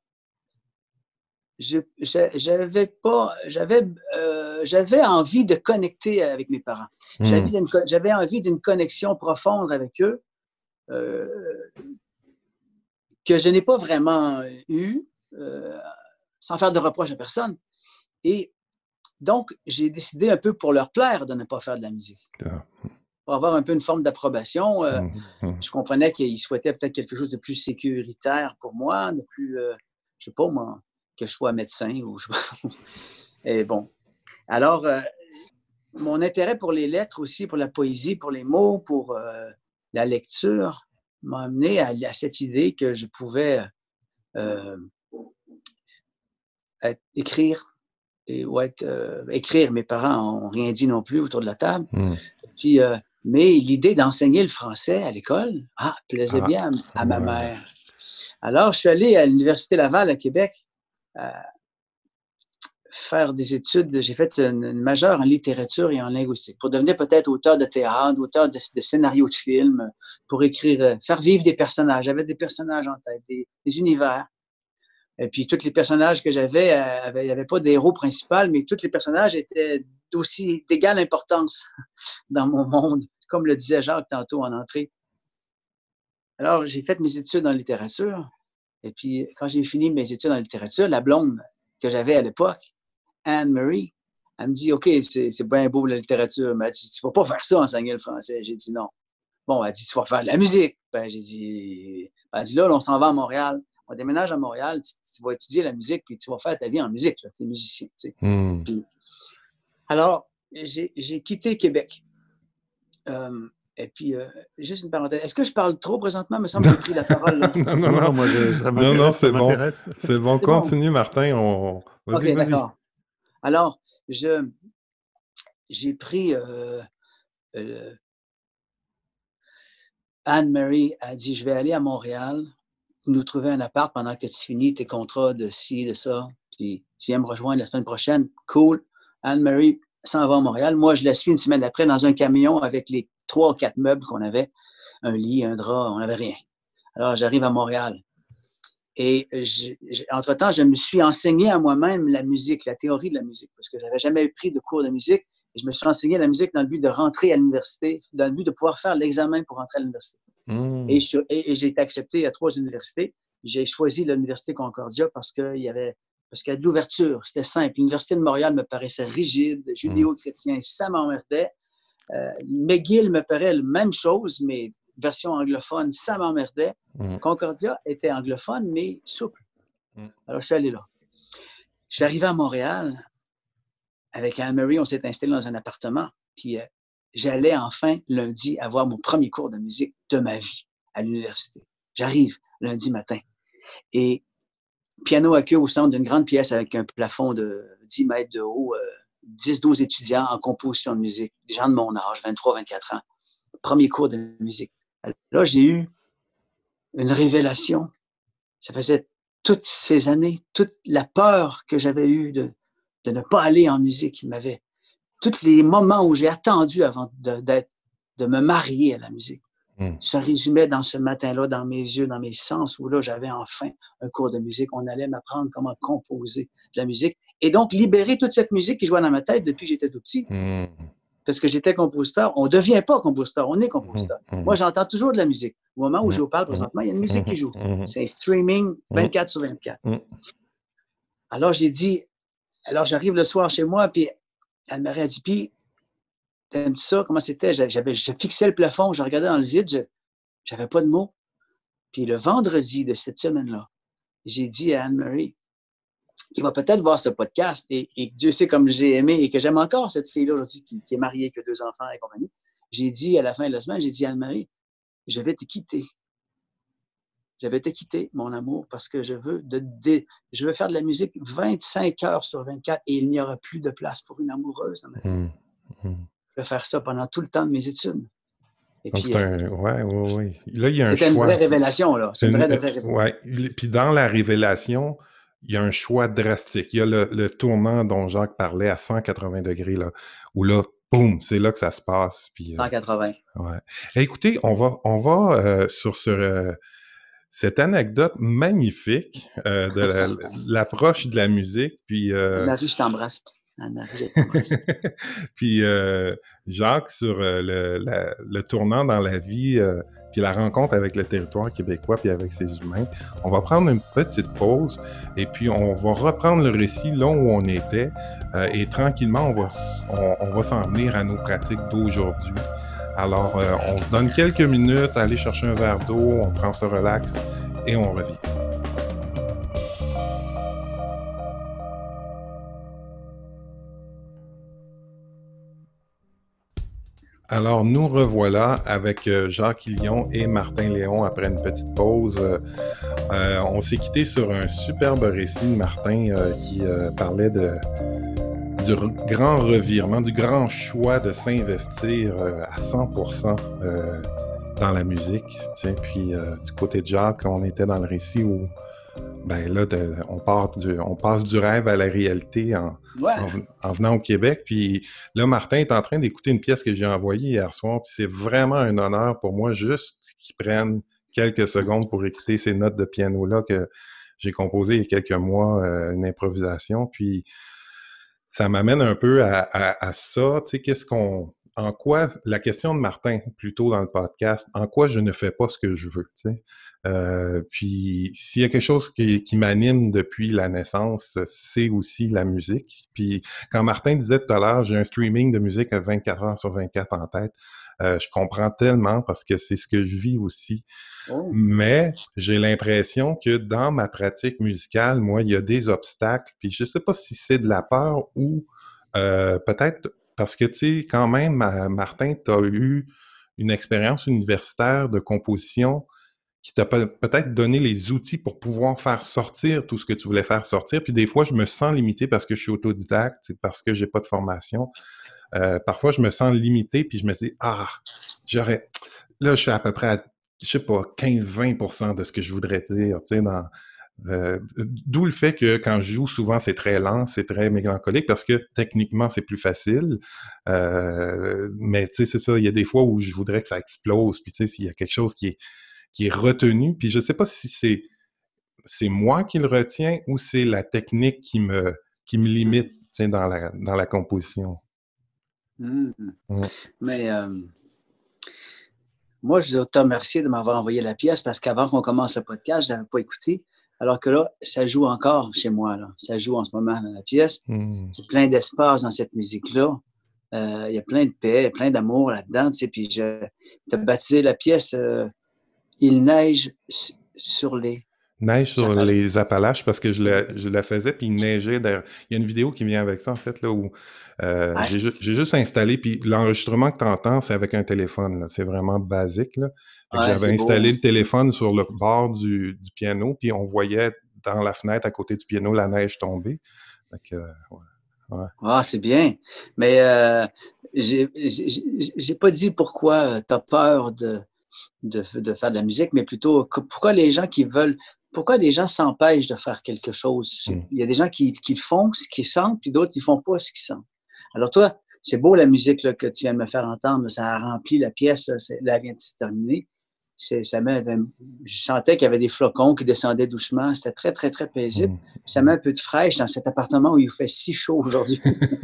S2: je, j'avais pas, j'avais, euh, j'avais envie de connecter avec mes parents. Mmh. J'avais, une, j'avais envie d'une connexion profonde avec eux euh, que je n'ai pas vraiment eue, euh, sans faire de reproche à personne. Et donc, j'ai décidé un peu pour leur plaire de ne pas faire de la musique. Ah. Pour avoir un peu une forme d'approbation. Euh, mmh. Je comprenais qu'ils souhaitaient peut-être quelque chose de plus sécuritaire pour moi, de plus, euh, je ne sais pas moi, que je sois médecin. Ou je... Et bon. Alors, euh, mon intérêt pour les lettres aussi, pour la poésie, pour les mots, pour euh, la lecture, m'a amené à, à cette idée que je pouvais euh, être, écrire. Et, ou être, euh, écrire, mes parents n'ont rien dit non plus autour de la table. Mmh. Puis, euh, mais l'idée d'enseigner le français à l'école, ah, plaisait ah, bien à, à ma ouais. mère. Alors, je suis allé à l'Université Laval à Québec euh, faire des études. J'ai fait une, une majeure en littérature et en linguistique pour devenir peut-être auteur de théâtre, auteur de, de scénarios de films, pour écrire, faire vivre des personnages. J'avais des personnages en tête, des, des univers. Et puis, tous les personnages que j'avais, il n'y avait pas d'héros principal, mais tous les personnages étaient d'aussi d'égale importance dans mon monde, comme le disait Jacques tantôt en entrée. Alors, j'ai fait mes études en littérature. Et puis, quand j'ai fini mes études en littérature, la blonde que j'avais à l'époque, Anne-Marie, elle me dit, OK, c'est, c'est bien beau la littérature, mais elle dit, tu ne vas pas faire ça, enseigner le français. J'ai dit non. Bon, elle dit, tu vas faire de la musique. Ben, j'ai dit, ben, elle dit, là, on s'en va à Montréal. On déménage à Montréal, tu, tu vas étudier la musique, puis tu vas faire ta vie en musique. Tu es musicien. Tu sais. Mm. Puis, alors, j'ai, j'ai quitté Québec. Euh, et puis, euh, juste une parenthèse. Est-ce que je parle trop présentement? Il me semble que j'ai pris la parole. Là.
S1: non, non, non, non, moi, je, ça non, non, c'est bon. C'est bon. C'est continue, bon. Martin. On... Vas-y,
S2: OK,
S1: vas-y.
S2: D'accord. Alors, je, j'ai pris... Euh, euh, Anne-Marie a dit, je vais aller à Montréal, nous trouver un appart pendant que tu finis tes contrats de ci, de ça, puis tu viens me rejoindre la semaine prochaine. Cool. Anne-Marie s'en va à Montréal. Moi, je la suis une semaine après dans un camion avec les trois ou quatre meubles qu'on avait, un lit, un drap, on n'avait rien. Alors, j'arrive à Montréal. Et je, je, entre-temps, je me suis enseigné à moi-même la musique, la théorie de la musique, parce que je n'avais jamais pris de cours de musique. Et je me suis enseigné la musique dans le but de rentrer à l'université, dans le but de pouvoir faire l'examen pour rentrer à l'université. Mmh. Et, je, et, et j'ai été accepté à trois universités. J'ai choisi l'Université Concordia parce qu'il y avait, parce qu'il y a de l'ouverture. C'était simple. L'Université de Montréal me paraissait rigide, judéo-chrétien, ça m'emmerdait. Euh, McGill me paraît la même chose, mais version anglophone, ça m'emmerdait. Mmh. Concordia était anglophone, mais souple. Mmh. Alors, je suis allé là. Je suis arrivé à Montréal. Avec Anne-Marie, on s'est installé dans un appartement. Puis euh, j'allais enfin lundi avoir mon premier cours de musique de ma vie à l'université. J'arrive lundi matin. Et piano à queue au centre d'une grande pièce avec un plafond de dix mètres de haut, euh, dix douze étudiants en composition de musique, des gens de mon âge, vingt-trois vingt-quatre ans. Premier cours de musique. Là, j'ai eu une révélation. Ça faisait toutes ces années, toute la peur que j'avais eue de de ne pas aller en musique. Il m'avait... Tous les moments où j'ai attendu avant de, d'être, de me marier à la musique mm. se résumaient dans ce matin-là, dans mes yeux, dans mes sens, où là, j'avais enfin un cours de musique. On allait m'apprendre comment composer de la musique. Et donc, libérer toute cette musique qui jouait dans ma tête depuis que j'étais tout petit. Mm. Parce que j'étais compositeur. On ne devient pas compositeur, on est compositeur. Mm. Moi, j'entends toujours de la musique. Au moment où je vous parle présentement, il y a une musique qui joue. C'est un streaming vingt-quatre sur vingt-quatre. Mm. Alors, j'ai dit... Alors, j'arrive le soir chez moi, puis Anne-Marie a dit, puis, t'aimes-tu ça? Comment c'était? J'avais, je fixais le plafond, je regardais dans le vide, je n'avais pas de mots. Puis le vendredi de cette semaine-là, j'ai dit à Anne-Marie, qui va peut-être voir ce podcast, et, et Dieu sait comme j'ai aimé et que j'aime encore cette fille-là aujourd'hui qui, qui est mariée, qui a deux enfants et compagnie. J'ai dit à la fin de la semaine, j'ai dit à Anne-Marie, je vais te quitter. Je vais te quitter, mon amour, parce que je veux, de, de, je veux faire de la musique vingt-cinq heures sur vingt-quatre et il n'y aura plus de place pour une amoureuse dans ma vie.
S1: Mmh. Mmh.
S2: Je vais faire ça pendant tout le temps de mes études. Et
S1: Donc,
S2: puis,
S1: c'est un. Ouais, ouais, ouais. Là, il y a un
S2: c'était une vraie
S1: choix.
S2: révélation, là. C'est
S1: C'est
S2: une
S1: une.
S2: vraie,
S1: euh,
S2: vraie révélation.
S1: Ouais. Il- Puis dans la révélation, il y a un choix drastique. Il y a le, le tournant dont Jacques parlait à cent quatre-vingts degrés, là, où là, boum, c'est là que ça se passe. Puis, euh,
S2: cent quatre-vingts.
S1: ouais. Eh, écoutez, on va, on va euh, sur ce, euh, cette anecdote magnifique euh, de la- l'approche de la musique. Puis, euh,
S2: Anne-Marie, je t'embrasse. Anne-Marie, je t'embrasse.
S1: puis euh, Jacques sur euh, le, la- le tournant dans la vie, euh, puis la rencontre avec le territoire québécois, puis avec ses humains. On va prendre une petite pause et puis on va reprendre le récit là où on était euh, et tranquillement on va, s- on, on va s'en venir à nos pratiques d'aujourd'hui. Alors, euh, on se donne quelques minutes, aller chercher un verre d'eau, on prend ce relax et on revient. Alors, nous revoilà avec euh, Jacques Ilion et Martin Léon après une petite pause. Euh, euh, on s'est quitté sur un superbe récit de Martin euh, qui euh, parlait de, du re- grand revirement, du grand choix de s'investir euh, à cent pour cent euh, dans la musique. Tu sais. Puis, euh, du côté de Jacques, on était dans le récit où ben là, de, on, part du, on passe du rêve à la réalité en,
S2: Ouais.
S1: en, en venant au Québec. Puis là, Martin est en train d'écouter une pièce que j'ai envoyée hier soir. Puis c'est vraiment un honneur pour moi juste qu'il prenne quelques secondes pour écouter ces notes de piano-là que j'ai composées il y a quelques mois, euh, une improvisation. Puis ça m'amène un peu à, à, à ça. Tu sais, qu'est-ce qu'on... En quoi, la question de Martin, plutôt dans le podcast, en quoi je ne fais pas ce que je veux, tu sais. Euh, puis s'il y a quelque chose qui, qui m'anime depuis la naissance, c'est aussi la musique. Puis quand Martin disait tout à l'heure, j'ai un streaming de musique à vingt-quatre heures sur vingt-quatre en tête, euh, je comprends tellement parce que c'est ce que je vis aussi.
S2: Oh.
S1: Mais j'ai l'impression que dans ma pratique musicale, moi, il y a des obstacles. Puis je sais pas si c'est de la peur ou euh, peut-être parce que, tu sais, quand même, Martin, tu as eu une expérience universitaire de composition qui t'a pe- peut-être donné les outils pour pouvoir faire sortir tout ce que tu voulais faire sortir. Puis des fois, je me sens limité parce que je suis autodidacte, parce que j'ai pas de formation. Euh, parfois, je me sens limité, puis je me dis, ah, j'aurais... Là, je suis à peu près à, je sais pas, quinze à vingt pour cent de ce que je voudrais dire, tu sais, dans... Euh, d'où le fait que quand je joue, souvent, c'est très lent, c'est très mélancolique, parce que techniquement, c'est plus facile. Euh, mais tu sais, c'est ça, il y a des fois où je voudrais que ça explose, puis tu sais, s'il y a quelque chose qui est, qui est retenu, puis je sais pas si c'est, c'est moi qui le retiens ou c'est la technique qui me, qui me limite, tu sais, dans la, dans la composition.
S2: Mmh.
S1: Ouais.
S2: Mais euh, moi, je dois te remercier de m'avoir envoyé la pièce parce qu'avant qu'on commence le podcast, je n'avais pas écouté. Alors que là, ça joue encore chez moi. Là. Ça joue en ce moment dans la pièce.
S1: Mmh.
S2: Il y a plein d'espace dans cette musique-là. Euh, il y a plein de paix, plein d'amour là-dedans. Tu sais, puis je t'ai baptisé la pièce euh, Il neige sur les...
S1: Neige sur les Appalaches parce que je la, je la faisais puis il neigeait derrière. Il y a une vidéo qui vient avec ça en fait là où euh,
S2: Ouais.
S1: j'ai, ju- j'ai juste installé puis l'enregistrement que tu entends c'est avec un téléphone là. C'est vraiment basique là. Fait que
S2: Ouais,
S1: j'avais
S2: c'est beau.
S1: installé le téléphone sur le bord du, du piano puis on voyait dans la fenêtre à côté du piano la neige tomber. Fait que, euh, ouais. Ouais.
S2: Ah, c'est bien. Mais euh, j'ai, j'ai, j'ai pas dit pourquoi tu as peur de, de, de faire de la musique, mais plutôt que- pourquoi les gens qui veulent, pourquoi les gens s'empêchent de faire quelque chose.
S1: Mm.
S2: Il y a des gens qui, qui le font, ce qu'ils sentent, puis d'autres qui font pas ce qu'ils sentent. Alors toi, c'est beau la musique là, que tu viens de me faire entendre, ça a rempli la pièce, là, c'est- là elle vient de se terminer. C'est, ça met, je sentais qu'il y avait des flocons qui descendaient doucement. C'était très, très, très paisible.
S1: Mm.
S2: Ça met un peu de fraîche dans cet appartement où il fait si chaud aujourd'hui.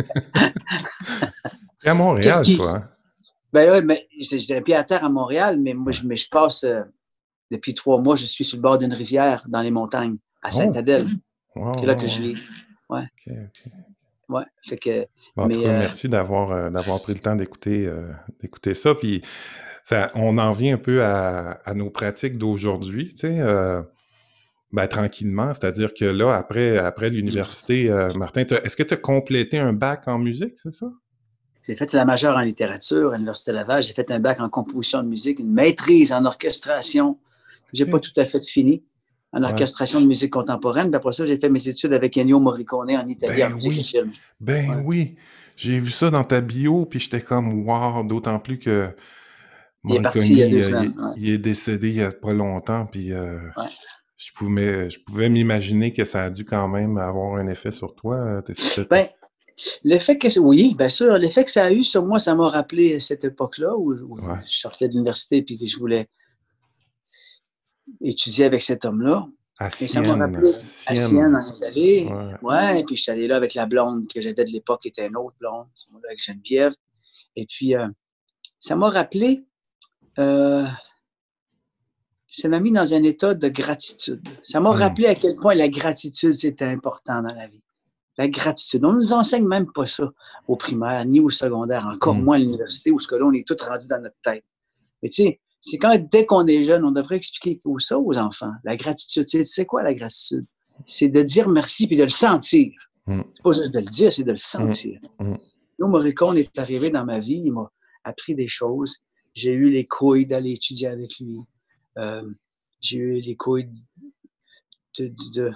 S1: Et à Montréal,
S2: Qu'est-ce qui...
S1: toi. Hein?
S2: Ben oui, mais je dirais pied à terre à Montréal, mais moi, je, mais je passe, euh, depuis trois mois, je suis sur le bord d'une rivière dans les montagnes, à Sainte-Adèle.
S1: Oh. Wow,
S2: C'est là
S1: wow,
S2: que je
S1: wow.
S2: vis. Ouais.
S1: Okay, okay.
S2: Ouais, fait que,
S1: Bon, en tout
S2: mais
S1: cas,
S2: euh,
S1: merci d'avoir euh, d'avoir pris le temps d'écouter euh, d'écouter ça. Puis ça, on en vient un peu à, à nos pratiques d'aujourd'hui, tu sais, euh, ben, tranquillement. C'est-à-dire que là, après, après l'université, euh, Martin, t'as- est-ce que tu as complété un bac en musique, c'est ça?
S2: j'ai fait la majeure en littérature à l'Université Laval. J'ai fait un bac en composition de musique, une maîtrise en orchestration. J'ai pas
S1: OK.
S2: tout à fait fini en
S1: Ouais.
S2: orchestration de musique contemporaine. Puis après ça, j'ai fait mes études avec Ennio Morricone en Italie en
S1: Ben
S2: musique et
S1: oui,
S2: film.
S1: ben
S2: Ouais.
S1: oui. J'ai vu ça dans ta bio, puis j'étais comme wow, d'autant plus que
S2: Il est parti il y a
S1: Morricone,
S2: deux
S1: euh, il,
S2: semaines.
S1: est
S2: Ouais.
S1: il est décédé il y a pas longtemps, puis euh,
S2: Ouais.
S1: je pouvais, je pouvais m'imaginer que ça a dû quand même avoir un effet sur toi. euh, t'es- c'était-
S2: Ben, l'effet que, oui, bien sûr, l'effet que ça a eu sur moi, ça m'a rappelé cette époque-là où, où je
S1: Ouais.
S2: sortais de l'université et que je voulais étudier avec cet homme-là.
S1: À
S2: Et ça m'a
S1: Sienne,
S2: rappelé à Sienne
S1: Sienne.
S2: en Italie.
S1: Ouais.
S2: Ouais, puis je suis allé là avec la blonde que j'avais de l'époque, qui était une autre blonde, à ce moment-là, avec Geneviève. Et puis, euh, ça m'a rappelé, euh, ça m'a mis dans un état de gratitude. Ça m'a
S1: Hmm.
S2: rappelé à quel point la gratitude, c'était important dans la vie. La gratitude. On ne nous enseigne même pas ça au primaire, ni au secondaire, encore
S1: Hmm.
S2: moins à l'université, où ce que là, on est tous rendus dans notre tête. Mais tu sais, c'est quand, dès qu'on est jeune, on devrait expliquer ça aux enfants. La gratitude, tu sais, c'est quoi la gratitude? C'est de dire merci puis de le sentir.
S1: Hmm.
S2: C'est pas juste de le dire, c'est de le
S1: Hmm.
S2: sentir.
S1: Hmm.
S2: Nous, Morricone est arrivé dans ma vie, il m'a appris des choses. J'ai eu les couilles d'aller étudier avec lui. Euh, j'ai eu les couilles de, de, de,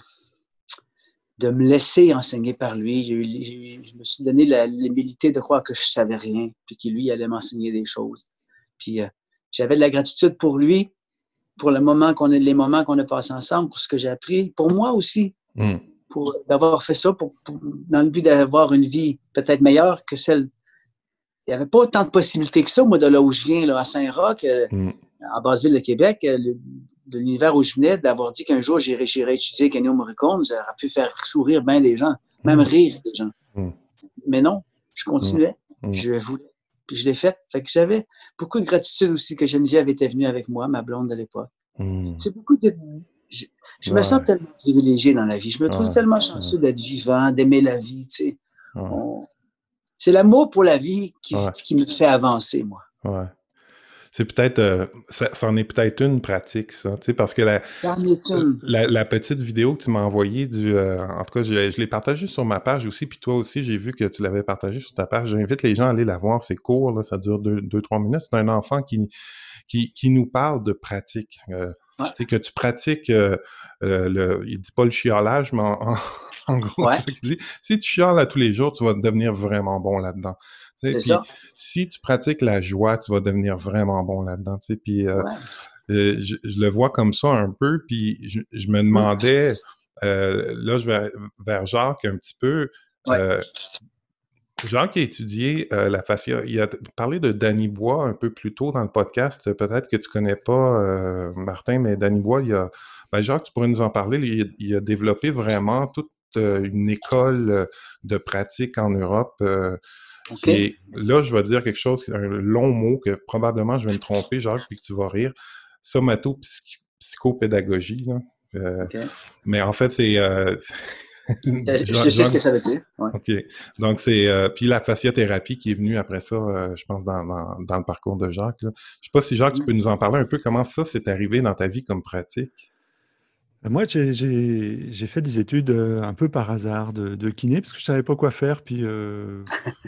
S2: de me laisser enseigner par lui. J'ai eu, j'ai eu, je me suis donné la, l'humilité de croire que je savais rien, puis qu'il lui allait m'enseigner des choses. Puis euh, j'avais de la gratitude pour lui, pour le moment qu'on a, les moments qu'on a passés ensemble, pour ce que j'ai appris, pour moi aussi,
S1: Hmm.
S2: pour d'avoir fait ça, pour, pour, dans le but d'avoir une vie peut-être meilleure que celle. Il n'y avait pas autant de possibilités que ça, moi, de là où je viens, là, à Saint-Roch, euh,
S1: Hmm.
S2: en Basse-Ville de Québec, euh, le, de l'univers où je venais, d'avoir dit qu'un jour j'irais, j'irais étudier avec Ennio Morricone, ça aurait pu faire sourire bien des gens, même
S1: Hmm.
S2: rire des gens.
S1: Hmm.
S2: Mais non, je
S1: Hmm.
S2: continuais,
S1: Hmm.
S2: puis je voulais, puis je l'ai fait. Fait que j'avais beaucoup de gratitude aussi que Geneviève était venue avec moi, ma blonde de l'époque.
S1: Hmm.
S2: C'est beaucoup de. Je, je me sens
S1: Ouais.
S2: tellement privilégié dans la vie. Je me trouve
S1: Ouais.
S2: tellement
S1: Ouais.
S2: chanceux d'être vivant, d'aimer la vie. Tu sais.
S1: Ouais.
S2: On- C'est l'amour pour la vie qui,
S1: Ouais.
S2: qui me fait avancer, moi.
S1: Ouais. C'est peut-être, euh, ça, c'en est peut-être une pratique, ça, tu sais, parce que la,
S2: Ça en est une.
S1: la, la petite vidéo que tu m'as envoyée, du, euh, en tout cas, je, je l'ai partagée sur ma page aussi, puis toi aussi, j'ai vu que tu l'avais partagée sur ta page. J'invite les gens à aller la voir, c'est court, là, ça dure deux, deux, trois minutes. C'est un enfant qui, qui, qui nous parle de pratique. Euh,
S2: Ouais.
S1: Tu sais, que tu pratiques, euh, euh, le, il dit pas le chiolage, mais en, en, en gros,
S2: Ouais.
S1: c'est ça qu'il dit. Si tu chioles à tous les jours, tu vas devenir vraiment bon là-dedans. Tu sais,
S2: C'est
S1: puis
S2: ça.
S1: si tu pratiques la joie, tu vas devenir vraiment bon là-dedans. Tu sais, puis euh,
S2: Ouais.
S1: euh, je, je le vois comme ça un peu, puis je, je me
S2: Mm.
S1: demandais, euh, là, je vais vers Jacques un petit peu.
S2: Ouais.
S1: Euh, Jacques a étudié euh, la fascia. Il a parlé de Danny Bois un peu plus tôt dans le podcast. Peut-être que tu connais pas euh, Martin, mais Danny Bois, il a. Ben Jacques, tu pourrais nous en parler. Il, il a développé vraiment toute euh, une école euh, de pratique en Europe. Euh,
S2: OK.
S1: qui est, là, je vais dire quelque chose, un long mot que probablement je vais me tromper, Jacques, puis que tu vas rire. Somato-psychopédagogie. Là. Euh,
S2: OK.
S1: mais en fait, c'est. Euh,
S2: Je, je sais
S1: Jacques,
S2: ce que ça veut dire. Ouais.
S1: OK. Donc, c'est... Euh, puis la fasciathérapie qui est venue après ça, euh, je pense, dans, dans, dans le parcours de Jacques. Là. Je sais pas si, Jacques, tu
S2: Mm.
S1: peux nous en parler un peu. Comment ça s'est arrivé dans ta vie comme pratique?
S3: Moi, j'ai- j'ai j'ai fait des études euh, un peu par hasard de, de kiné parce que je savais pas quoi faire. Puis euh,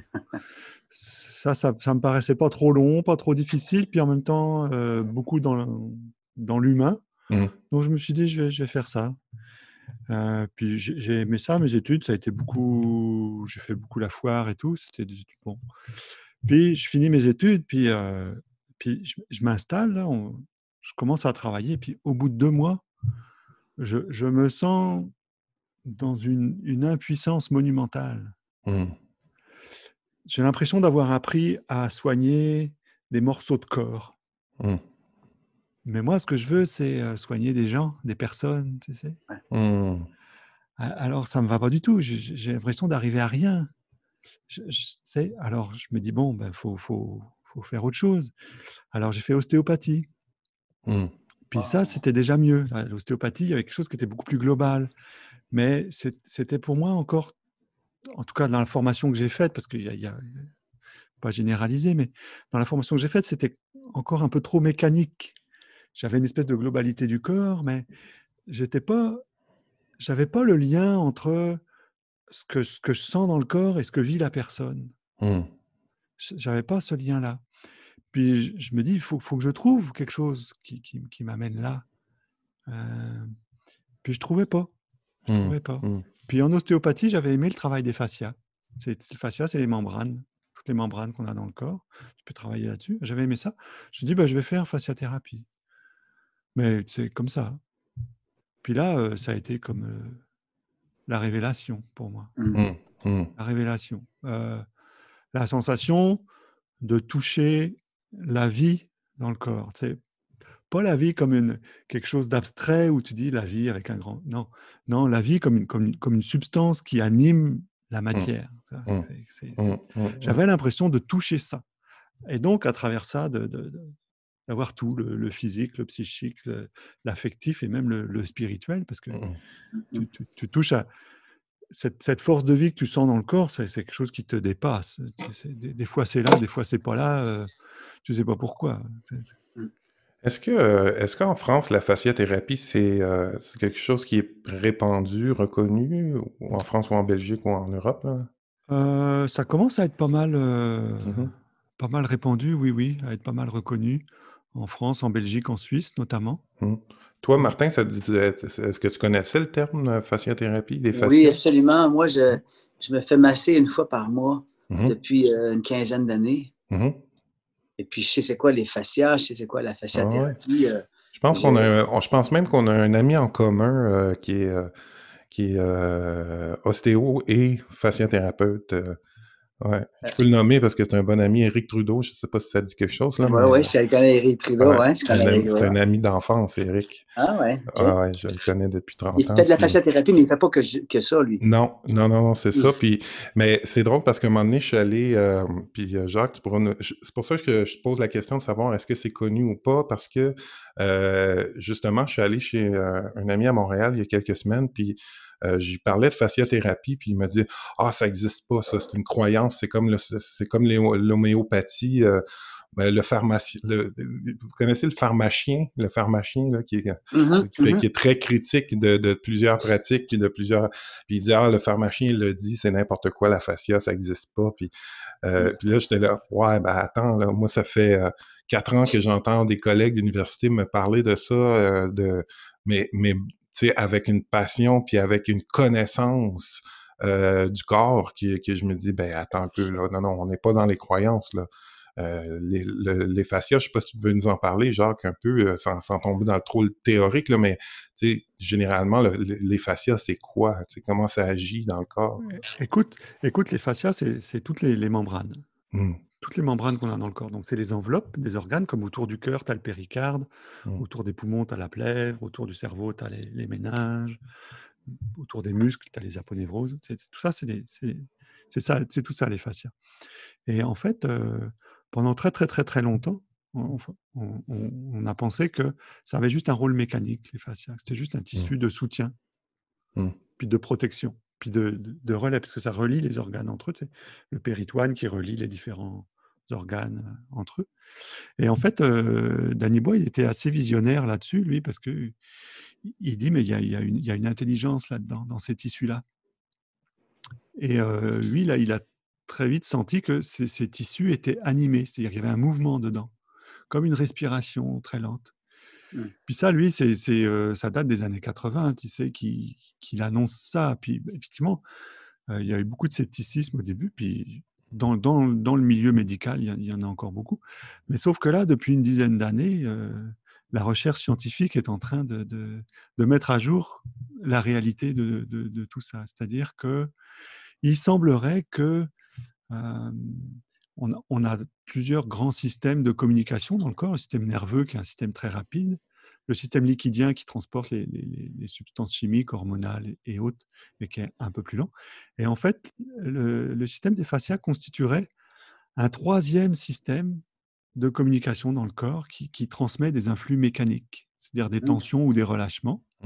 S3: ça, ça, ça me paraissait pas trop long, pas trop difficile. Puis en même temps, euh, beaucoup dans, le- dans l'humain.
S1: Mmh.
S3: Donc je me suis dit, je vais, je vais faire ça. Euh, puis j'ai j'ai aimé ça, mes études. Ça a été beaucoup. J'ai fait beaucoup la foire et tout. C'était des études bon. Puis je finis mes études. Puis, euh, puis je, je m'installe. Là, on- je commence à travailler. Puis au bout de deux mois, je, je me sens dans une, une impuissance monumentale.
S1: Mmh.
S3: J'ai l'impression d'avoir appris à soigner des morceaux de corps.
S1: Mmh.
S3: Mais moi, ce que je veux, c'est euh, soigner des gens, des personnes. Tu sais.
S1: Mmh.
S3: Alors, ça ne me va pas du tout. J'ai, j'ai l'impression d'arriver à rien. Je, je, tu sais, alors, je me dis, bon, il ben, faut, faut, faut faire autre chose. Alors, j'ai fait ostéopathie.
S1: Mmh.
S3: Puis
S2: Wow.
S3: ça, c'était déjà mieux. L'ostéopathie, il y avait quelque chose qui était beaucoup plus global. Mais c'est, c'était pour moi encore en tout cas dans la formation que j'ai faite, parce qu'il y a, il y a pas généralisé, mais dans la formation que j'ai faite, c'était encore un peu trop mécanique. J'avais une espèce de globalité du corps, mais j'étais pas, j'avais pas le lien entre ce que, ce que je sens dans le corps et ce que vit la personne.
S1: Mmh.
S3: J'avais pas ce lien-là. Puis je, je me dis, il faut, faut que je trouve quelque chose qui, qui, qui m'amène là. Euh, puis je trouvais pas. Je
S1: Mmh.
S3: trouvais pas.
S1: Mmh.
S3: Puis en ostéopathie, j'avais aimé le travail des fascias. C'est, le fascia, c'est les membranes. Toutes les membranes qu'on a dans le corps. Tu peux travailler là-dessus. J'avais aimé ça. Je me dis, bah, je vais faire fasciathérapie. Mais c'est comme ça. Puis là, euh, ça a été comme euh, la révélation pour moi.
S2: Mm.
S1: Mmh. Mmh.
S3: La révélation. Euh, la sensation de toucher la vie dans le corps. C'est pas la vie comme une, quelque chose d'abstrait où tu dis la vie avec un grand... Non, non, la vie comme une, comme une, comme une substance qui anime la matière. Ça,
S1: Mmh.
S3: c'est- c'est-
S1: Mmh.
S3: c'est-
S1: Mmh.
S3: J'avais l'impression de toucher ça. Et donc, à travers ça, de, de- de- d'avoir tout, le, le physique, le psychique, le- l'affectif et même le, le spirituel, parce que
S1: Mmh.
S3: tu, tu- tu touches à cette, cette force de vie que tu sens dans le corps, c'est, c'est quelque chose qui te dépasse. Tu sais, des, des fois, c'est là, des fois, c'est pas là. euh, tu sais pas pourquoi.
S1: Est-ce que, euh, est-ce qu'en France, la fasciathérapie, c'est euh, c'est quelque chose qui est répandu, reconnu, ou en France ou en Belgique ou en Europe, là?
S3: Euh, ça commence à être pas mal, euh,
S1: Mhm.
S3: pas mal répandu, oui, oui, à être pas mal reconnu en France, en Belgique, en Suisse notamment.
S1: Mhm. Toi,
S3: Mm.
S1: Martin, ça te dit- est-ce que tu connaissais le terme euh, fasciathérapie, les
S2: Oui,
S1: fascias?
S2: absolument. Moi, je, je me fais masser une fois par mois
S1: Mhm.
S2: depuis euh, une quinzaine d'années.
S1: Mhm.
S2: Et puis, je sais c'est quoi les fascias, je sais c'est quoi la
S1: Ah ouais.
S2: fasciathérapie. euh,
S1: Je pense qu'on a,
S2: je-
S1: un- on- je pense même qu'on a un ami en commun euh, qui est, euh, qui est euh, ostéo et fasciathérapeute. euh, ouais. Je peux le nommer parce que c'est un bon ami, Éric Trudeau. Je sais pas si ça dit quelque chose, là,
S2: Oui,
S1: mais
S2: oui, je connais Eric Trudeau,
S1: ouais,
S2: ouais, je
S1: c'est un
S2: connais
S1: ami,
S2: Eric.
S1: c'est
S2: Ouais.
S1: un ami d'enfance, Éric.
S2: Ah ouais, OK.
S1: Ah ouais, je le connais depuis
S2: Il
S1: trente
S2: fait
S1: ans.
S2: de la
S1: Puis...
S2: fasciathérapie, mais il ne fait pas que, je- que ça, lui.
S1: Non, non, non, non, c'est
S2: Mm.
S1: ça. Puis, mais c'est drôle parce qu'à un moment donné, je suis allé, euh, puis euh, Jacques, tu pourras nous- je- c'est pour ça que je te pose la question de savoir est-ce que c'est connu ou pas, parce que euh, justement, je suis allé chez euh, un ami à Montréal il y a quelques semaines, puis euh, j'y parlais de fasciathérapie, puis il m'a dit ah, ça existe pas, ça, c'est une croyance, c'est comme le, c'est comme l'hé- l'homéopathie. euh, ben, le pharmacien, le- le- vous connaissez le pharmacien, le pharmacien là, qui, est,
S2: Mhm,
S1: qui, fait,
S2: mhm.
S1: qui est très critique de, de plusieurs pratiques, puis de plusieurs, puis il dit ah le pharmacien il le dit, c'est n'importe quoi la fascia, ça existe pas, puis, euh, puis là j'étais là ouais ben attends là, moi ça fait euh, quatre ans que j'entends des collègues d'université me parler de ça, euh, de mais mais tu sais avec une passion puis avec une connaissance euh, du corps qui que je me dis ben attends un peu là, non non on n'est pas dans les croyances là. Euh, les, le, les fascias, je sais pas si tu peux nous en parler, Jacques, un peu, euh, sans, sans tomber dans le trop le théorique, là, mais tu sais, généralement, le- le- les fascias, c'est quoi? Tu sais, comment ça agit dans le corps?
S3: Écoute, écoute, les fascias, c'est, c'est toutes les, les membranes.
S1: Hmm.
S3: Toutes les membranes qu'on a dans le corps. Donc, c'est les enveloppes des organes, comme autour du cœur, tu as le péricarde,
S1: Hmm.
S3: autour des poumons, tu as la plèvre, autour du cerveau, tu as les, les méninges, autour des muscles, tu as les aponevroses. C'est, tout ça, c'est, des- c'est, c'est ça, c'est tout ça, les fascias. Et en fait, euh, pendant très, très, très, très longtemps, on, on- on- on a pensé que ça avait juste un rôle mécanique, les fascias. C'était juste un tissu
S1: Hmm.
S3: de soutien,
S1: Hmm.
S3: puis de protection, puis de, de, de relais, parce que ça relie les organes entre eux. Tu sais, le péritoine qui relie les différents organes euh, entre eux. Et en fait, euh, Danny Boy, il était assez visionnaire là-dessus, lui, parce que il dit, mais il y a, il y a une, il y a une intelligence là-dedans, dans ces tissus-là. Et euh, lui, là, il a très vite senti que ces, ces tissus étaient animés, c'est-à-dire qu'il y avait un mouvement dedans, comme une respiration très lente.
S2: Mm.
S3: Puis ça, lui, c'est, c'est, euh, ça date des années quatre-vingts, tu sais, qu'il, qu'il annonce ça. Puis effectivement, euh, il y a eu beaucoup de scepticisme au début, puis dans, dans, dans le milieu médical, il y, a, il y en a encore beaucoup. Mais sauf que là, depuis une dizaine d'années, euh, la recherche scientifique est en train de, de, de mettre à jour la réalité de, de, de tout ça. C'est-à-dire que il semblerait que euh, on, a, on a plusieurs grands systèmes de communication dans le corps. Le système nerveux, qui est un système très rapide, le système liquidien qui transporte les, les, les substances chimiques, hormonales et, et autres, et qui est un peu plus lent. Et en fait, le, le système des fascias constituerait un troisième système de communication dans le corps qui, qui transmet des influx mécaniques, c'est-à-dire des
S2: Mm.
S3: tensions ou des relâchements.
S1: Hmm.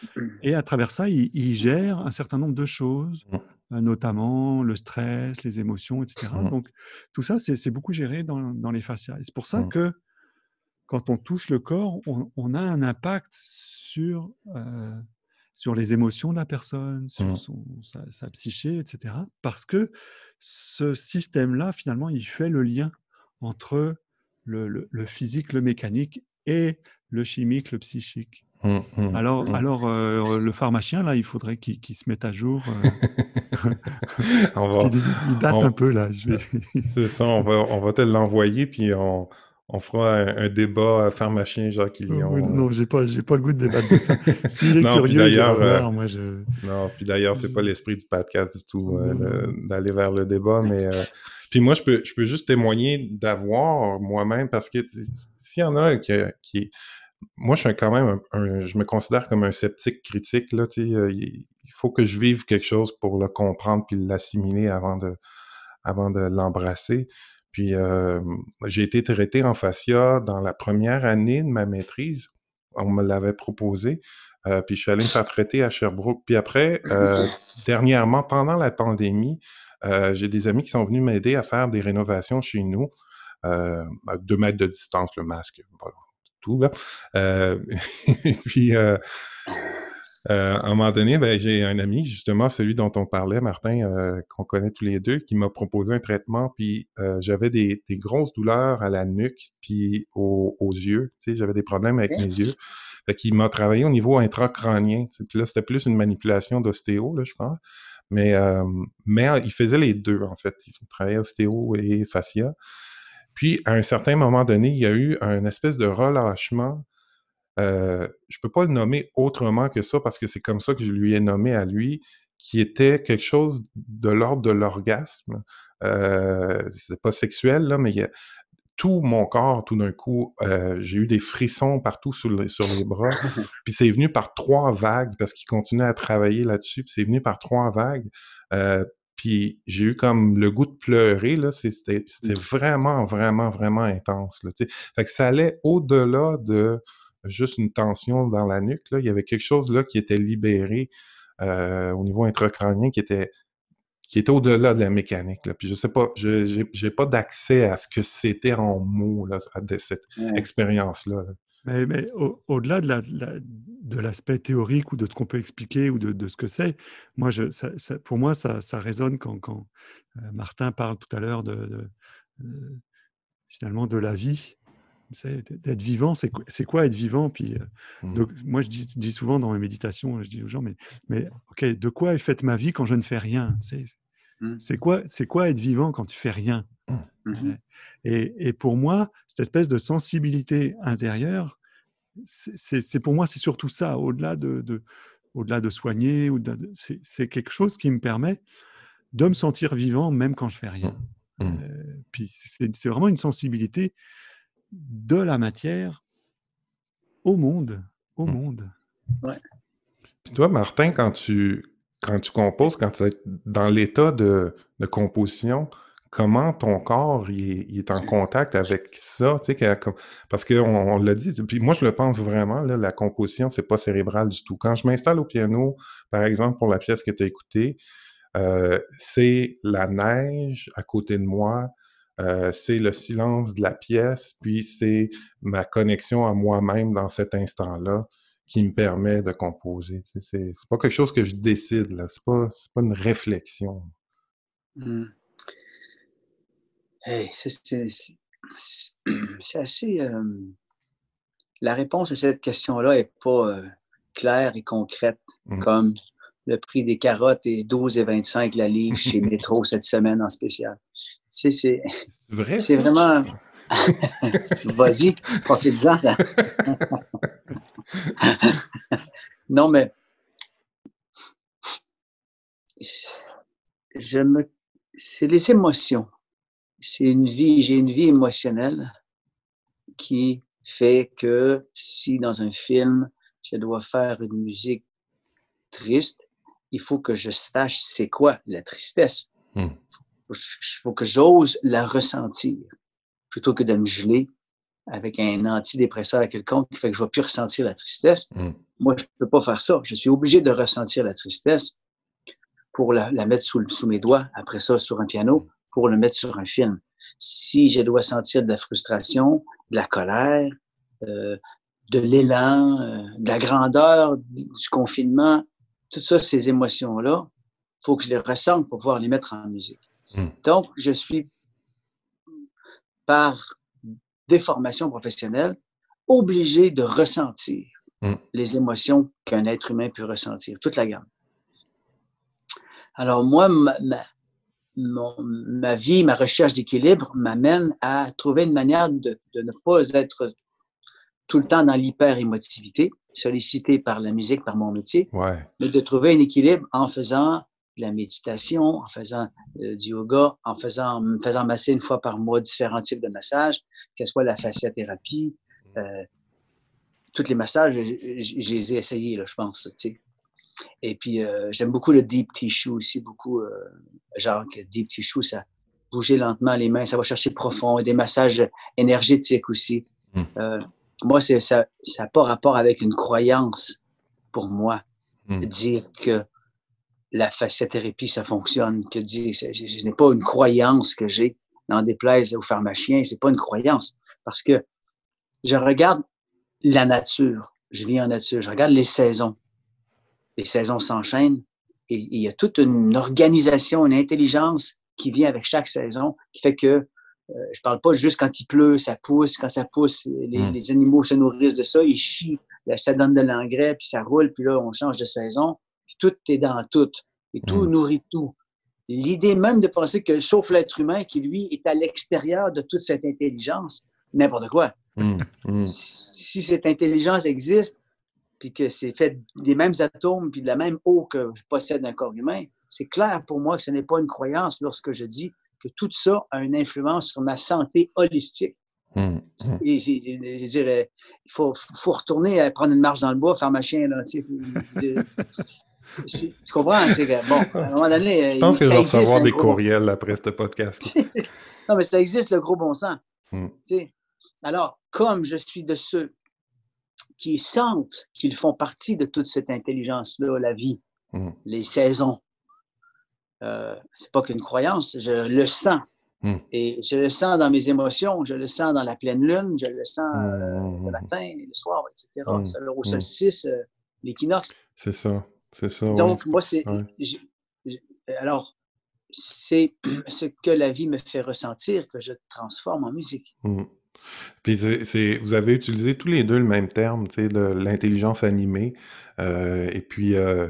S3: Et à travers ça, il, il gère un certain nombre de choses,
S1: Mm.
S3: notamment le stress, les émotions, et cetera.
S1: Mm.
S3: Donc, tout ça, c'est, c'est beaucoup géré dans, dans les fascias. Et c'est pour ça
S1: Mm.
S3: que quand on touche le corps, on, on a un impact sur, euh, sur les émotions de la personne, sur
S1: Mm.
S3: son, sa, sa psyché, et cetera. Parce que ce système-là, finalement, il fait le lien entre le, le, le physique, le mécanique et le chimique, le psychique.
S1: Mm. Mm.
S3: Alors,
S1: Mm.
S3: alors euh, le pharmacien, là, il faudrait qu'il, qu'il se mette à jour. Euh,
S1: On
S3: parce
S1: va,
S3: qu'il il date
S1: on-
S3: un peu, là. Je vais...
S1: c'est ça, on va, on va te l'envoyer, puis on, on fera un, un débat pharmacien Jacques
S3: Oh,
S1: Lyon. euh.
S3: non, j'ai pas, j'ai pas le goût de débattre de ça. S'il est
S1: Non, puis
S3: curieux, il ira
S1: d'ailleurs, euh,
S3: voir. Moi, je...
S1: non, puis d'ailleurs, c'est
S3: je-
S1: pas l'esprit du podcast du tout, euh,
S3: Non, non, non.
S1: de- d'aller vers le débat, mais euh, puis moi, je peux, je peux juste témoigner d'avoir moi-même, parce que t- s'il y en a qui, qui moi, je suis quand même un, un- je me considère comme un sceptique critique, là, tu sais, euh, il il faut que je vive quelque chose pour le comprendre puis l'assimiler avant de, avant de l'embrasser. Puis, euh, j'ai été traité en fascia dans la première année de ma maîtrise. On me l'avait proposé. Euh, puis, je suis allé me faire traiter à Sherbrooke. Puis après, euh, dernièrement, pendant la pandémie, euh, j'ai des amis qui sont venus m'aider à faire des rénovations chez nous, euh, à deux mètres de distance, le masque, voilà, tout, là. Euh, puis, euh, euh, à un moment donné, ben, j'ai un ami, justement, celui dont on parlait, Martin, euh, qu'on connaît tous les deux, qui m'a proposé un traitement, puis euh, j'avais des, des grosses douleurs à la nuque, puis aux, aux yeux, tu sais, j'avais des problèmes avec mes yeux. Fait qu'il m'a travaillé au niveau intracrânien. Puis là, c'était plus une manipulation d'ostéo, là, je pense. Mais, euh, mais euh, il faisait les deux, en fait. Il travaillait ostéo et fascia. Puis, à un certain moment donné, il y a eu un espèce de relâchement. Euh, je peux pas le nommer autrement que ça parce que c'est comme ça que je lui ai nommé à lui, qui était quelque chose de l'ordre de l'orgasme. Euh, c'est pas sexuel, là, mais il y a tout mon corps, tout d'un coup, euh, j'ai eu des frissons partout sur les, sur les bras. Puis c'est venu par trois vagues parce qu'il continuait à travailler là-dessus. Puis c'est venu par trois vagues. Euh, puis j'ai eu comme le goût de pleurer, là. C'était, c'était vraiment, vraiment, vraiment intense, là, tu sais. Fait que ça allait au-delà de juste une tension dans la nuque, là. Il y avait quelque chose, là, qui était libéré euh, au niveau intracrânien qui était qui était au-delà de la mécanique, là. Puis je sais pas, je j'ai, j'ai pas d'accès à ce que c'était en mots, là, à de cette
S2: Ouais.
S1: expérience-là, là.
S3: Mais, mais au, au-delà de, la, de, la, de l'aspect théorique ou de ce qu'on peut expliquer ou de, de ce que c'est, moi, je, ça, ça, pour moi, ça, ça résonne quand, quand euh, Martin parle tout à l'heure de, de, de, finalement de la vie. C'est, d'être vivant, c'est, c'est quoi être vivant? Puis, euh,
S1: Mm.
S3: donc, moi, je dis, dis souvent dans mes méditations, je dis aux gens, mais, mais ok, de quoi est faite ma vie quand je ne fais rien? C'est,
S2: Mm.
S3: c'est, quoi, c'est quoi être vivant quand tu fais rien?
S2: Mm-hmm.
S3: Et, et pour moi, cette espèce de sensibilité intérieure, c'est, c'est, c'est pour moi, c'est surtout ça, au-delà de, de, au-delà de soigner, ou de, c'est, c'est quelque chose qui me permet de me sentir vivant même quand je fais rien.
S1: Mm.
S3: Euh, puis c'est, c'est vraiment une sensibilité de la matière au monde, au
S1: Mm.
S3: monde.
S2: Ouais.
S1: Puis toi, Martin, quand tu quand tu composes, quand tu es dans l'état de, de composition, comment ton corps il est, il est en contact avec ça, tu sais, que- comme- parce qu'on on l'a dit, puis moi je le pense vraiment, là, la composition, c'est pas cérébral du tout. Quand je m'installe au piano, par exemple, pour la pièce que tu as écoutée, euh, c'est la neige à côté de moi, euh, c'est le silence de la pièce, puis c'est ma connexion à moi-même dans cet instant-là qui me permet de composer. C'est, c'est, c'est pas quelque chose que je décide, là. C'est pas, c'est pas une réflexion.
S2: Mm. Hey, c'est, c'est, c'est, c'est assez... Euh, la réponse à cette question-là n'est pas euh, claire et concrète,
S1: Mm.
S2: comme le prix des carottes est douze et vingt-cinq la livre chez Métro cette semaine en spécial. Tu sais, c'est,
S1: C'est vrai,
S2: c'est
S1: ça?
S2: vraiment... Vas-y, profite-en. Là. Non, mais je me... c'est les émotions. C'est une vie, j'ai une vie émotionnelle qui fait que si dans un film, je dois faire une musique triste, il faut que je sache c'est quoi la tristesse.
S1: Mm.
S2: Il faut que j'ose la ressentir plutôt que de me geler avec un antidépresseur quelconque qui fait que je ne vais plus ressentir la tristesse.
S1: Mm.
S2: Moi, je ne peux pas faire ça. Je suis obligé de ressentir la tristesse pour la, la mettre sous, sous mes doigts, après ça, sur un piano, pour le mettre sur un film. Si je dois sentir de la frustration, de la colère, euh, de l'élan, euh, de la grandeur du confinement, tout ça, ces émotions-là, il faut que je les ressente pour pouvoir les mettre en musique.
S1: Mm.
S2: Donc, je suis, par déformation professionnelle, obligé de ressentir mm. les émotions qu'un être humain peut ressentir, toute la gamme. Alors, moi, ma, ma, mon, ma vie, ma recherche d'équilibre m'amène à trouver une manière de, de ne pas être tout le temps dans l'hyper-émotivité, sollicité par la musique, par mon métier,
S1: ouais.
S2: mais de trouver un équilibre en faisant de la méditation, en faisant euh, du yoga, en faisant, me faisant masser une fois par mois différents types de massages, que ce soit la fasciathérapie, euh, tous les massages, je, je, je les ai essayés, là, je pense, tu sais. Et puis, euh, j'aime beaucoup le deep tissue aussi, beaucoup, euh, genre que deep tissue, ça bouger lentement les mains, ça va chercher profond, et des massages énergétiques aussi. Mm. Euh, moi, c'est, ça n'a pas rapport avec une croyance, pour moi, mm. dire que la fasciathérapie, ça fonctionne, que dire, je, je n'ai pas une croyance que j'ai, n'en déplaise au pharmacien, c'est pas une croyance, parce que je regarde la nature, je vis en nature, je regarde les saisons. Les saisons s'enchaînent et il y a toute une organisation, une intelligence qui vient avec chaque saison, qui fait que euh, je ne parle pas juste quand il pleut, ça pousse, quand ça pousse, les, mm. les animaux se nourrissent de ça, ils chient, là, ça donne de l'engrais, puis ça roule, puis là, on change de saison, puis tout est dans tout, et tout mm. nourrit tout. L'idée même de penser que, sauf l'être humain, qui, lui, est à l'extérieur de toute cette intelligence, n'importe quoi. Mm. Mm. Si cette intelligence existe, puis que c'est fait des mêmes atomes puis de la même eau que je possède un corps humain, c'est clair pour moi que ce n'est pas une croyance lorsque je dis que tout ça a une influence sur ma santé holistique. Mmh, mmh. Et je, je, je dirais, il faut, faut retourner à prendre une marche dans le bois, faire ma chien, là, tu sais. Tu comprends? C'est que, bon, à un moment donné...
S1: Je pense que je vais recevoir des courriels bon... après ce podcast.
S2: Non, mais ça existe, le gros bon sens. Mmh. Tu sais. Alors, comme je suis de ceux qui sentent qu'ils font partie de toute cette intelligence-là, la vie, mm. les saisons. Euh, c'est pas qu'une croyance, je le sens. Mm. Et je le sens dans mes émotions, je le sens dans la pleine lune, je le sens euh, mm. le matin, le soir, et cetera. Mm. Au solstice, euh, l'équinoxe.
S1: C'est ça, c'est ça.
S2: Donc,
S1: oui.
S2: moi, c'est...
S1: Ouais.
S2: Je, je, alors, c'est ce que la vie me fait ressentir que je transforme en musique.
S1: Mm. Puis c'est, c'est, vous avez utilisé tous les deux le même terme, tu sais, de l'intelligence animée, euh, et puis, euh,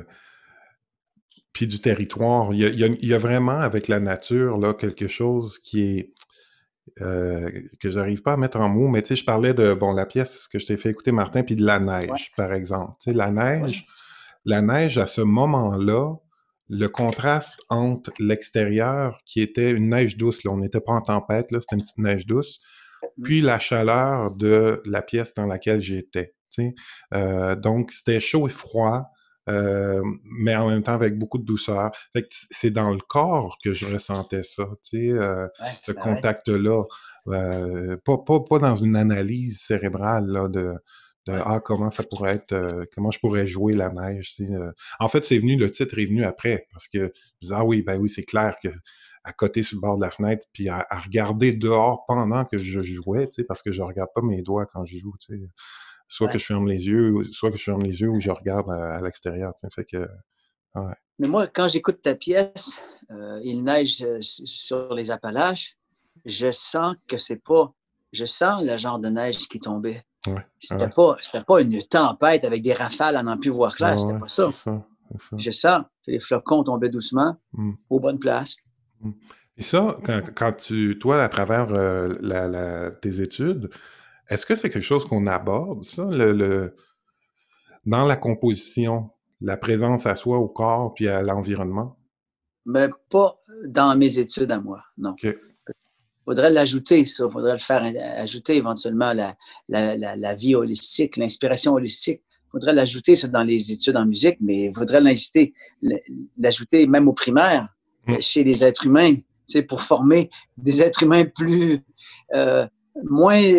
S1: puis du territoire. Il y, a, il, y a, il y a vraiment avec la nature là quelque chose qui est euh, que j'arrive pas à mettre en mots, mais tu sais, je parlais de bon la pièce que je t'ai fait écouter, Martin, puis de la neige, ouais. par exemple. Tu sais, la neige, ouais. la neige à ce moment-là, le contraste entre l'extérieur qui était une neige douce, là, on n'était pas en tempête, là, c'était une petite neige douce. Puis la chaleur de la pièce dans laquelle j'étais. Tu sais. Euh, donc, c'était chaud et froid, euh, mais en même temps avec beaucoup de douceur. Fait que c'est dans le corps que je ressentais ça, tu sais, euh, ouais, ce ben contact-là. Euh, pas, pas, pas dans une analyse cérébrale là, de, de ouais. ah, comment ça pourrait être, euh, comment je pourrais jouer la neige. Tu sais, euh. En fait, c'est venu, le titre est venu après, parce que je disais, ah oui, ben oui, c'est clair que à côté sur le bord de la fenêtre, puis à, à regarder dehors pendant que je jouais, tu sais, parce que je regarde pas mes doigts quand je joue, tu sais. Soit ouais. que je ferme les yeux, soit que je ferme les yeux ou je regarde à, à l'extérieur, tu sais. Fait que, ouais.
S2: Mais moi, quand j'écoute ta pièce, euh, il neige euh, sur les Appalaches, je sens que c'est pas... Je sens le genre de neige qui tombait.
S1: Ouais.
S2: C'était,
S1: ouais.
S2: pas, c'était pas une tempête avec des rafales à n'en plus voir clair, ouais, c'était pas ça.
S1: C'est ça, c'est ça.
S2: Je sens que les flocons tombaient doucement, mm. aux bonnes places.
S1: Et ça, quand, quand tu, toi, à travers euh, la, la, tes études, est-ce que c'est quelque chose qu'on aborde, ça, le, le, dans la composition, la présence à soi, au corps, puis à l'environnement?
S2: Mais pas dans mes études à moi, non.
S1: Okay.
S2: Il faudrait l'ajouter, ça. Il faudrait le faire ajouter éventuellement la, la, la, la vie holistique, l'inspiration holistique. Il faudrait l'ajouter, ça, dans les études en musique, mais il faudrait l'inciter, l'ajouter même au primaire, mmh. chez les êtres humains, pour former des êtres humains plus, euh, moins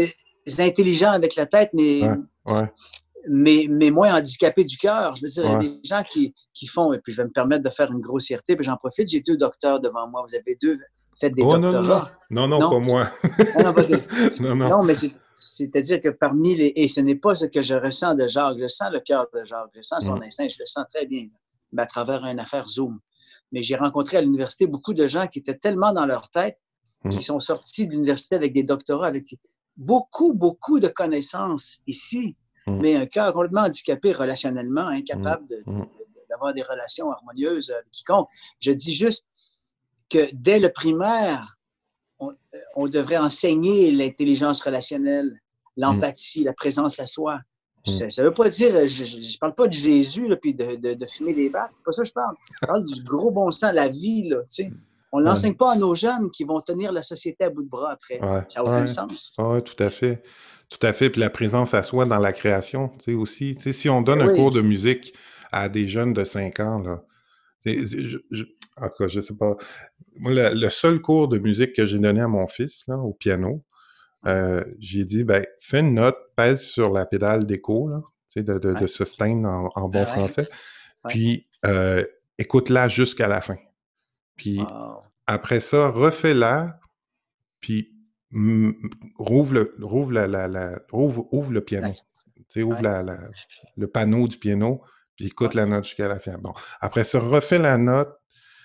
S2: intelligents avec la tête, mais,
S1: Ouais, ouais,
S2: mais, mais moins handicapés du cœur. Je veux dire, il y a
S1: ouais.
S2: des gens qui, qui font, et puis je vais me permettre de faire une grossièreté, puis j'en profite, j'ai deux docteurs devant moi. Vous avez deux, faites des
S1: Oh non, non, non.
S2: doctorats.
S1: Non, non,
S2: Non?
S1: pas moi.
S2: Non, non, pas de...
S1: Non, non.
S2: non mais c'est, c'est-à-dire que parmi les... Et ce n'est pas ce que je ressens de Jacques. Je sens le cœur de Jacques. Je sens son
S1: Mm,
S2: instinct. Je le sens très bien, mais à travers une affaire Zoom. Mais j'ai rencontré à l'université beaucoup de gens qui étaient tellement dans leur tête
S1: mm,
S2: qui sont sortis de l'université avec des doctorats, avec beaucoup, beaucoup de connaissances ici,
S1: mm,
S2: mais un cœur complètement handicapé relationnellement,
S1: mm,
S2: incapable de, de,
S1: mm.
S2: de, d'avoir des relations harmonieuses avec quiconque. Je dis juste que dès le primaire, on, on devrait enseigner l'intelligence relationnelle,
S1: Mm,
S2: l'empathie, la présence à soi.
S1: mm.
S2: Ça ne veut pas dire, je ne parle pas de Jésus là, puis de, de, de fumer des battes, c'est pas ça que je parle. Je parle du gros bon sens, la vie, là, tu sais. On ne
S1: Ouais,
S2: l'enseigne pas à nos jeunes qui vont tenir la société à bout de bras après.
S1: ouais,
S2: Ça n'a aucun
S1: ouais,
S2: sens.
S1: ouais, tout à fait. Tout à fait. Puis la présence à soi dans la création, tu sais, aussi. Tu sais, si on
S2: Ben
S1: donne un
S2: oui.
S1: cours de musique à des jeunes de cinq ans, là, tu sais, je- je- en tout cas, je sais pas. Moi, le, le seul cours de musique que j'ai donné à mon fils, là, au piano, euh, j'ai dit, ben, fais une note, pèse sur la pédale d'écho, là, tu sais, de, de, de
S2: Ouais.
S1: sustain en, en bon
S2: Ah ouais.
S1: français,
S2: Ouais.
S1: puis euh, écoute-la jusqu'à la fin. Puis
S2: Wow.
S1: après ça, refais-la, puis mm, rouvre le, rouvre la, la, la- rouvre, ouvre le piano. Tu sais, ouvre
S2: Ouais.
S1: la, la- le panneau du piano, puis écoute
S2: Ouais.
S1: la note jusqu'à la fin. Bon. Après ça, refais la note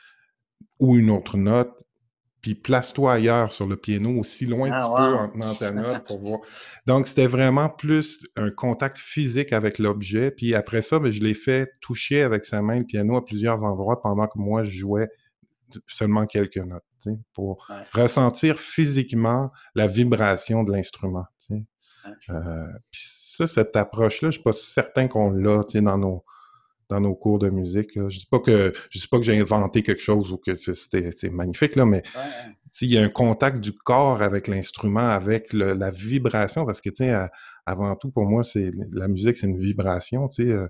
S1: ou une autre note, puis place-toi ailleurs sur le piano, aussi loin que
S2: Ah,
S1: tu peux
S2: wow.
S1: en tenant ta note pour voir. Donc, c'était vraiment plus un contact physique avec l'objet. Puis après ça, ben, je l'ai fait toucher avec sa main le piano à plusieurs endroits pendant que moi, je jouais seulement quelques notes, tu sais, pour
S2: Ouais.
S1: ressentir physiquement la vibration de l'instrument. Tu sais.
S2: Ouais.
S1: Euh, puis ça, cette approche-là, je suis pas certain qu'on l'a, tu sais, dans nos dans nos cours de musique. Là. Je dis pas que je dis pas que j'ai inventé quelque chose ou que c'était c'est magnifique là, mais
S2: Ouais.
S1: s'il y a un contact du corps avec l'instrument, avec le, la vibration, parce que tu sais, à- avant tout pour moi, c'est la musique, c'est une vibration. Tu sais, euh,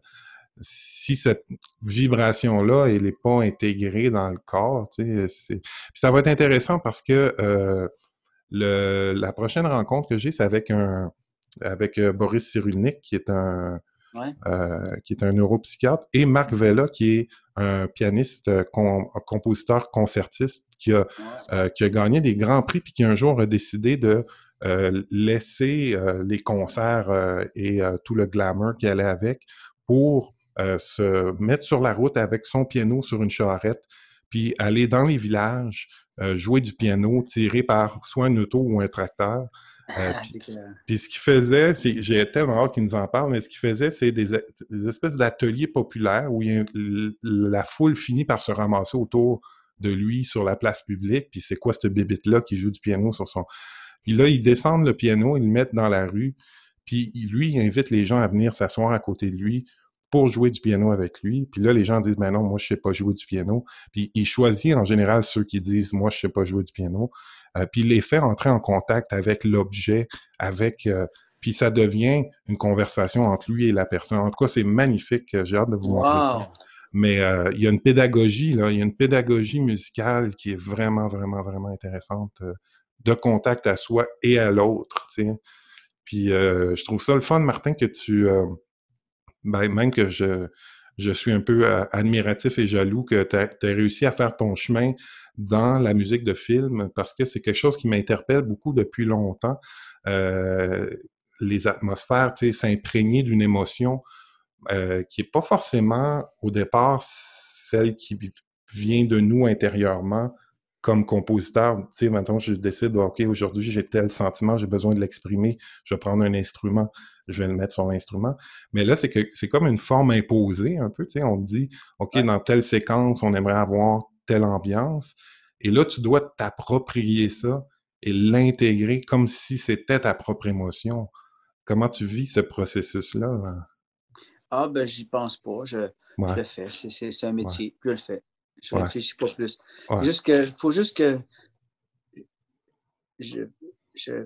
S1: si cette vibration-là, elle n'est pas intégrée dans le corps, tu sais, c'est... Puis ça va être intéressant parce que euh, le, la prochaine rencontre que j'ai, c'est avec un avec euh, Boris Cyrulnik, qui est un
S2: Ouais.
S1: euh, qui est un neuropsychiatre, et Marc Vella, qui est un pianiste, euh, com- compositeur, concertiste, qui a,
S2: Ouais.
S1: euh, qui a gagné des grands prix, puis qui un jour a décidé de euh, laisser euh, les concerts euh, et euh, tout le glamour qui allait avec pour euh, se mettre sur la route avec son piano sur une charrette, puis aller dans les villages, euh, jouer du piano tiré par soit un auto ou un tracteur. Euh,
S2: Ah,
S1: puis,
S2: c'est clair.
S1: puis ce qu'il faisait, c'est, j'ai tellement hâte qu'il nous en parle, mais ce qu'il faisait, c'est des, des espèces d'ateliers populaires où il y a, la foule finit par se ramasser autour de lui sur la place publique. Puis c'est quoi cette bébite-là qui joue du piano sur son... Puis là, ils descendent le piano, ils le mettent dans la rue. Puis lui, il invite les gens à venir s'asseoir à côté de lui pour jouer du piano avec lui. Puis là, les gens disent, ben non, moi, je sais pas jouer du piano. Puis il choisit en général ceux qui disent, moi, je sais pas jouer du piano. Euh, puis il les fait entrer en contact avec l'objet, avec... Euh, puis ça devient une conversation entre lui et la personne. En tout cas, c'est magnifique. J'ai hâte de vous montrer ça.
S2: Wow.
S1: Mais euh, il y a une pédagogie, là, il y a une pédagogie musicale qui est vraiment, vraiment, vraiment intéressante, euh, de contact à soi et à l'autre, tu sais. Puis euh, je trouve ça le fun, Martin, que tu... Euh, ben, même que je, je suis un peu euh, admiratif et jaloux que tu as réussi à faire ton chemin dans la musique de film, parce que c'est quelque chose qui m'interpelle beaucoup depuis longtemps. Euh, les atmosphères, tu sais, s'imprégner d'une émotion euh, qui est pas forcément au départ celle qui vient de nous intérieurement comme compositeur. Tu sais, maintenant je décide, OK, aujourd'hui j'ai tel sentiment, j'ai besoin de l'exprimer, je vais prendre un instrument, je vais le mettre sur l'instrument. Mais là, c'est que c'est comme une forme imposée un peu, tu sais, on te dit, OK,
S2: Ouais.
S1: dans telle séquence, on aimerait avoir telle ambiance. Et là, tu dois t'approprier ça et l'intégrer comme si c'était ta propre émotion. Comment tu vis ce processus-là? Là?
S2: Ah, ben, j'y pense pas. Je, je
S1: Ouais,
S2: le fais. C'est, c'est, c'est un
S1: ouais,
S2: métier. Je le fais. Je
S1: ouais,
S2: réfléchis pas plus.
S1: ouais.
S2: Juste que, faut juste que je, je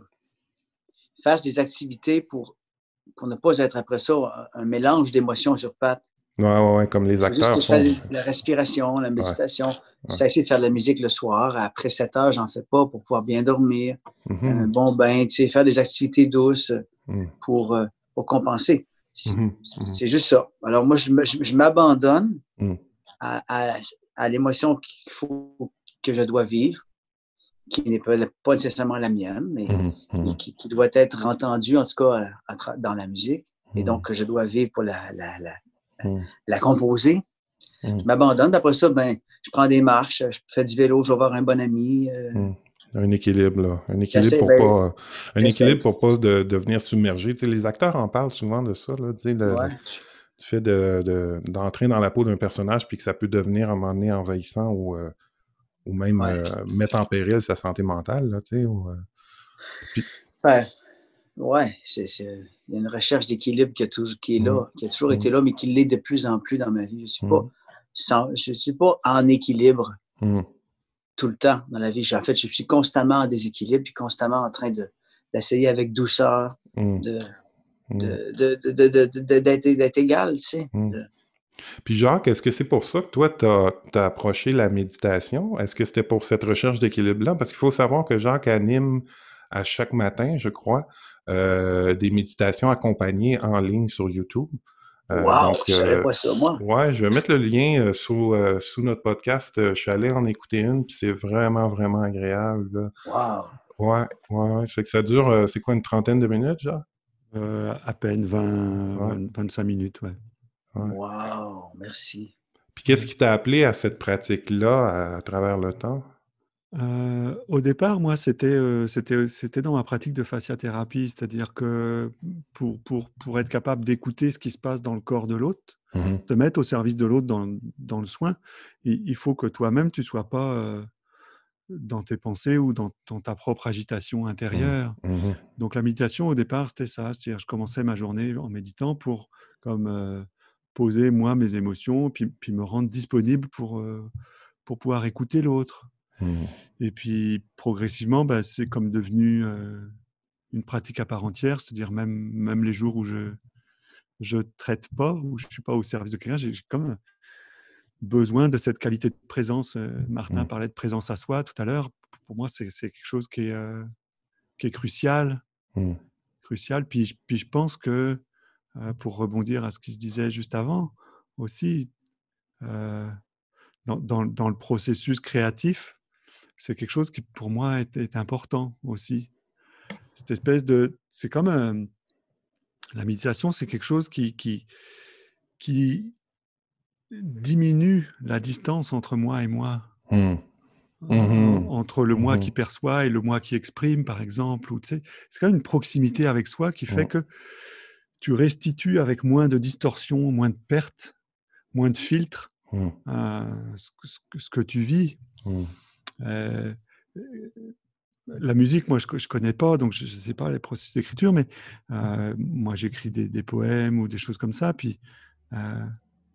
S2: fasse des activités pour, pour ne pas être après ça un, un mélange d'émotions sur pattes.
S1: Ouais, ouais, ouais, comme les
S2: Il faut juste que
S1: acteurs
S2: je
S1: font.
S2: fasse la respiration, la
S1: Ouais,
S2: méditation.
S1: ouais.
S2: J'ai essayé de faire de la musique le soir. Après sept heures, j'en fais pas pour pouvoir bien dormir. Un
S1: Mhm,
S2: bon bain, tu sais, faire des activités douces
S1: mhm,
S2: pour, euh, pour compenser. C'est
S1: mhm, mhm,
S2: c'est juste ça. Alors moi, je, me- je- je m'abandonne
S1: mhm,
S2: à, à- à l'émotion qu'il faut que je dois vivre, qui n'est pas, pas nécessairement la mienne, mais
S1: mhm,
S2: qui,
S1: mhm,
S2: qui- qui doit être entendue, en tout cas, à- à tra- dans la musique. Et
S1: mhm,
S2: donc, que je dois vivre pour la, la, la,
S1: mhm,
S2: la composer. Je
S1: mhm,
S2: m'abandonne. Après ça, ben, je prends des marches, je fais du vélo, je vais voir un bon ami. Euh,
S1: mhm. Un équilibre, là. Un équilibre
S2: j'essaie,
S1: pour
S2: ben,
S1: pas, euh, un
S2: j'essaie.
S1: équilibre pour pas de, devenir submergé. Tu sais, les acteurs en parlent souvent de ça, là, tu sais, le, le-
S2: Ouais.
S1: du fait de, de- d'entrer dans la peau d'un personnage puis que ça peut devenir à un moment donné envahissant ou, euh, ou même
S2: Ouais.
S1: euh, mettre en péril sa santé mentale, là, tu sais. ou, euh, puis,
S2: Enfin, ouais, c'est, c'est, il y a une recherche d'équilibre qui, a toujours, qui est
S1: mhm,
S2: là, qui a toujours été
S1: mhm,
S2: là, mais qui l'est de plus en plus dans ma vie. Je suis pas,
S1: mhm,
S2: sans, je suis pas en équilibre
S1: mhm,
S2: tout le temps dans la vie. En fait, je suis constamment en déséquilibre, puis constamment en train de, d'essayer avec douceur
S1: mhm,
S2: de,
S1: mhm,
S2: de, de, de, de, de- de- d'être, d'être égal, tu sais.
S1: mhm.
S2: De-
S1: Puis Jacques, est-ce que c'est pour ça que toi, tu as approché la méditation? Est-ce que c'était pour cette recherche d'équilibre-là? Parce qu'il faut savoir que Jacques anime à chaque matin, je crois, euh, des méditations accompagnées en ligne sur YouTube. Euh,
S2: Wow,
S1: donc,
S2: je savais
S1: euh,
S2: pas ça, moi.
S1: ouais, je vais mettre le lien euh, sous, euh, sous notre podcast. Euh, Je suis allé en écouter une, puis c'est vraiment, vraiment agréable, là.
S2: Wow,
S1: Ouais, ouais, ouais. C'est que ça dure, euh, c'est quoi, une trentaine de minutes, Jacques?
S3: Euh, à peine vingt,
S1: Ouais,
S3: vingt, vingt-cinq minutes, ouais.
S1: ouais.
S2: wow, merci.
S1: Puis qu'est-ce qui t'a appelé à cette pratique-là à, à travers le temps?
S3: Euh, au départ, moi, c'était euh, c'était, c'était dans ma pratique de fasciathérapie, c'est-à-dire que pour, pour, pour être capable d'écouter ce qui se passe dans le corps de l'autre,
S1: Mhm,
S3: te mettre au service de l'autre dans, dans le soin, il, il faut que toi-même, tu ne sois pas euh, dans tes pensées ou dans, dans ta propre agitation
S1: mhm,
S3: intérieure.
S1: mhm,
S3: Donc la méditation, au départ, c'était ça, c'est-à-dire je commençais ma journée en méditant pour comme, euh, poser, moi, mes émotions, puis, puis me rendre disponible pour, euh, pour pouvoir écouter l'autre.
S1: mhm,
S3: Et puis, progressivement, bah, c'est comme devenu euh, une pratique à part entière, c'est-à-dire même, même les jours où je je traite pas, où je suis pas au service de quelqu'un, j'ai j'ai comme besoin de cette qualité de présence. Euh, Martin
S1: mhm,
S3: parlait de présence à soi tout à l'heure. Pour moi, c'est c'est quelque chose qui est, euh, qui est crucial,
S1: mhm,
S3: crucial. Puis, je- puis je pense que, euh, pour rebondir à ce qui se disait juste avant, aussi, euh, dans, dans- dans le processus créatif, c'est quelque chose qui, pour moi, est, est important aussi. Cette espèce de... C'est comme... euh, la méditation, c'est quelque chose qui, qui, qui diminue la distance entre moi et moi.
S1: mhm,
S3: Euh,
S1: mhm,
S3: entre le moi qui
S1: mhm,
S3: perçoit et le moi qui exprime, par exemple. Ou, tu sais, c'est quand même une proximité avec soi qui fait
S1: mhm,
S3: que tu restitues avec moins de distorsion, moins de pertes, moins de filtres,
S1: mhm,
S3: euh, ce, que, ce que tu vis.
S1: mhm,
S3: Euh, la musique, moi, je ne connais pas, donc je ne sais pas les processus d'écriture, mais euh, moi, j'écris des, des poèmes ou des choses comme ça. Puis, euh,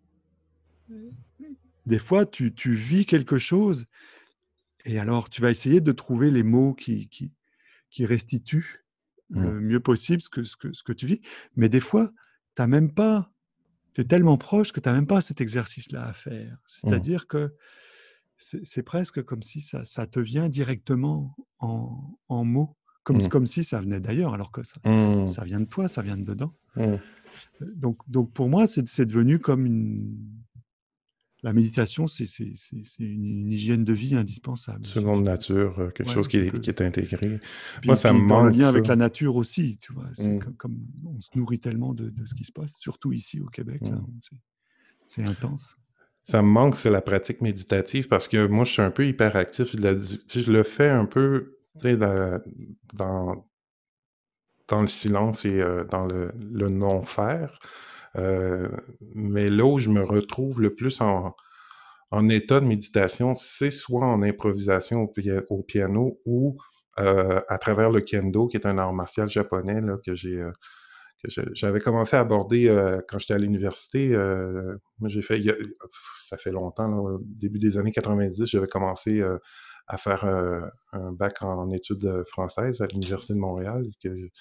S3: des fois, tu, tu vis quelque chose et alors tu vas essayer de trouver les mots qui, qui, qui restituent
S1: mhm,
S3: le mieux possible ce que, ce que, ce que tu vis. Mais des fois, tu n'as même pas, tu es tellement proche que tu n'as même pas cet exercice-là à faire.
S1: mhm,
S3: C'est-à-dire que c'est, c'est presque comme si ça, ça te vient directement en, en mots, comme,
S1: mhm,
S3: comme si ça venait d'ailleurs, alors que ça,
S1: mhm,
S3: ça vient de toi, ça vient de dedans.
S1: mhm.
S3: Donc, donc pour moi, c'est, c'est devenu comme une... La méditation, c'est, c'est, c'est, c'est une, une hygiène de vie indispensable. Je-
S1: Seconde
S3: je-
S1: nature, euh, quelque
S3: ouais,
S1: chose qui est,
S3: quelque-
S1: qui est intégré. Moi,
S3: Puis,
S1: ça me
S3: puis dans le
S1: manque,
S3: lien
S1: ça.
S3: avec la nature aussi, tu vois, c'est
S1: Mhm,
S3: comme, comme on se nourrit tellement de, de ce qui se passe, surtout ici au Québec, là,
S1: mhm.
S3: c'est, c'est intense.
S1: Ça me manque, c'est la pratique méditative parce que moi, je suis un peu hyperactif. De la dis- tu sais, je le fais un peu, tu sais, la- dans, dans le silence et euh, dans le, le non-faire. Euh, mais là où je me retrouve le plus en, en état de méditation, c'est soit en improvisation au, pia- au piano ou euh, à travers le kendo, qui est un art martial japonais là, que j'ai euh, que je- j'avais commencé à aborder euh, quand j'étais à l'université. Euh, moi, j'ai fait, il y a- ça fait longtemps, là, au début des années quatre-vingt-dix, j'avais commencé euh, à faire euh, un bac en études françaises à l'Université de Montréal, que,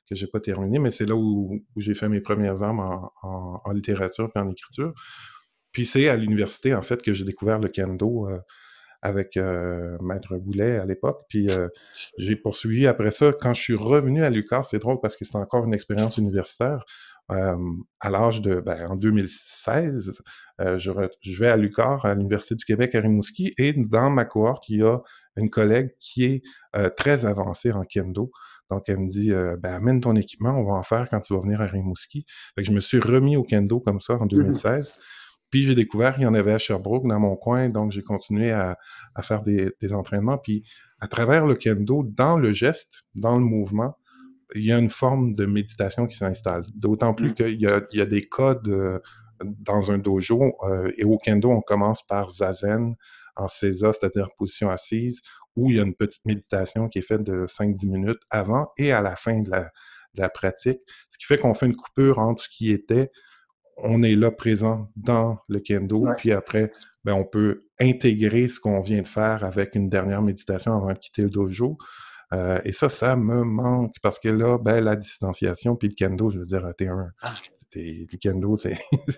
S1: que j'ai pas terminé, mais c'est là où, où j'ai fait mes premières armes en, en, en littérature et en écriture. Puis c'est à l'université, en fait, que j'ai découvert le kendo euh, avec euh, Maître Goulet à l'époque. Puis euh, j'ai poursuivi après ça. Quand je suis revenu à l'U Q A R, c'est drôle parce que c'était encore une expérience universitaire. Euh, à l'âge de, ben, en deux mille seize, euh, je, re, je vais à l'U Q A R, à l'Université du Québec à Rimouski, et dans ma cohorte, il y a une collègue qui est euh, très avancée en kendo. Donc, elle me dit, euh, ben, amène ton équipement, on va en faire quand tu vas venir à Rimouski. Fait que je me suis remis au kendo comme ça en deux mille seize. Mm-hmm. Puis j'ai découvert qu'il y en avait à Sherbrooke, dans mon coin, donc j'ai continué à, à faire des, des entraînements. Puis à travers le kendo, dans le geste, dans le mouvement, il y a une forme de méditation qui s'installe. D'autant plus qu'il y a, il y a des codes euh, dans un dojo. Euh, et au kendo, on commence par zazen, en seiza, c'est-à-dire position assise, où il y a une petite méditation qui est faite de cinq à dix minutes avant et à la fin de la, de la pratique. Ce qui fait qu'on fait une coupure entre ce qui était, on est là présent dans le kendo, ouais. Puis après, ben, on peut intégrer ce qu'on vient de faire avec une dernière méditation avant de quitter le dojo. Euh, et ça, ça me manque parce que là, ben, la distanciation puis le kendo, je veux dire, t'es un... T'es, le kendo, c'est,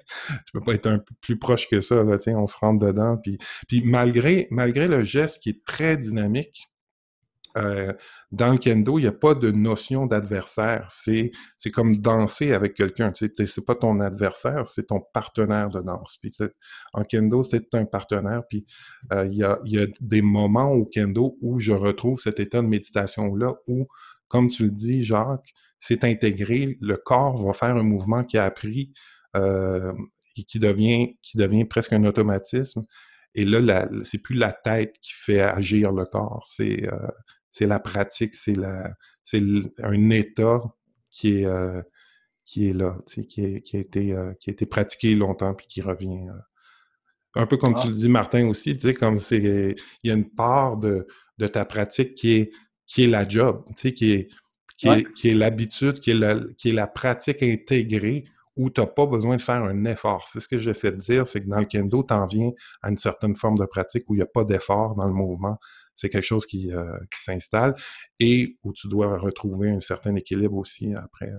S1: tu peux pas être un peu plus proche que ça, là, on se rentre dedans. Puis, puis malgré, malgré le geste qui est très dynamique, Euh, dans le kendo, il n'y a pas de notion d'adversaire. C'est, c'est comme danser avec quelqu'un. Tu sais, c'est pas ton adversaire, c'est ton partenaire de danse. Puis, en kendo, c'est un partenaire. Puis, euh, il y a, il y a des moments au kendo où je retrouve cet état de méditation-là où, comme tu le dis, Jacques, c'est intégré. Le corps va faire un mouvement qui a appris euh, et qui devient, qui devient presque un automatisme. Et là, la, c'est plus la tête qui fait agir le corps. C'est... Euh, c'est la pratique, c'est la, c'est un état qui est, euh, qui est là, tu sais, qui, est, qui a été, euh, qui a été pratiqué longtemps puis qui revient. Euh, un peu comme ah. tu le dis, Martin aussi, tu sais, comme c'est, il y a une part de, de ta pratique qui est, qui est la job, tu sais, qui est, qui ouais. est, qui est l'habitude, qui est la, qui est la pratique intégrée où tu n'as pas besoin de faire un effort. C'est ce que j'essaie de dire, c'est que dans le kendo, tu en viens à une certaine forme de pratique où il n'y a pas d'effort dans le mouvement. C'est quelque chose qui, euh, qui s'installe et où tu dois retrouver un certain équilibre aussi après.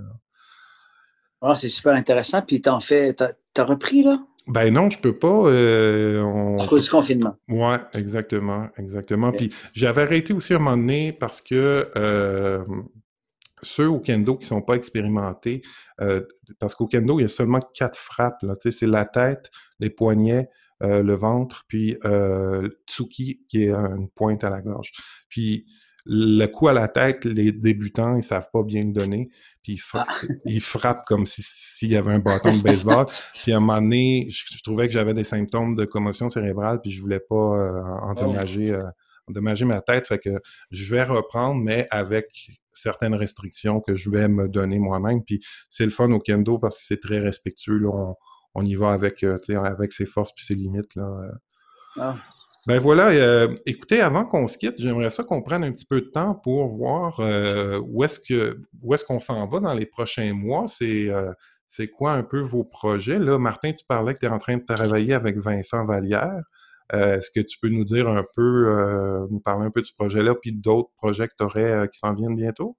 S2: Oh, c'est super intéressant. Puis t'en fais, t'as, t'as repris, là?
S1: Ben non, je peux pas. Euh, on...
S2: À cause du confinement.
S1: Ouais, exactement, exactement. Okay. Puis j'avais arrêté aussi à un moment donné parce que euh, ceux au kendo qui sont pas expérimentés, euh, parce qu'au kendo, il y a seulement quatre frappes. Là, tu sais, c'est la tête, les poignets, Euh, le ventre, puis euh, tsuki, qui est une pointe à la gorge. Puis le coup à la tête, les débutants, ils savent pas bien le donner, puis ils, fra- ah. ils frappent comme si, s'il y avait un bâton de baseball. Puis à un moment donné, je, je trouvais que j'avais des symptômes de commotion cérébrale, puis je voulais pas euh, endommager, euh, endommager ma tête. Fait que je vais reprendre, mais avec certaines restrictions que je vais me donner moi-même. Puis c'est le fun au kendo parce que c'est très respectueux. Là, on, on y va avec, euh, avec ses forces puis ses limites. Là. Ah. Ben voilà, euh, écoutez, avant qu'on se quitte, j'aimerais ça qu'on prenne un petit peu de temps pour voir euh, où est-ce que où est-ce qu'on s'en va dans les prochains mois. C'est, euh, c'est quoi un peu vos projets? Là, Martin, tu parlais que tu es en train de travailler avec Vincent Vallière. Euh, est-ce que tu peux nous dire un peu, euh, nous parler un peu de ce projet-là, puis d'autres projets que tu aurais euh, qui s'en viennent bientôt?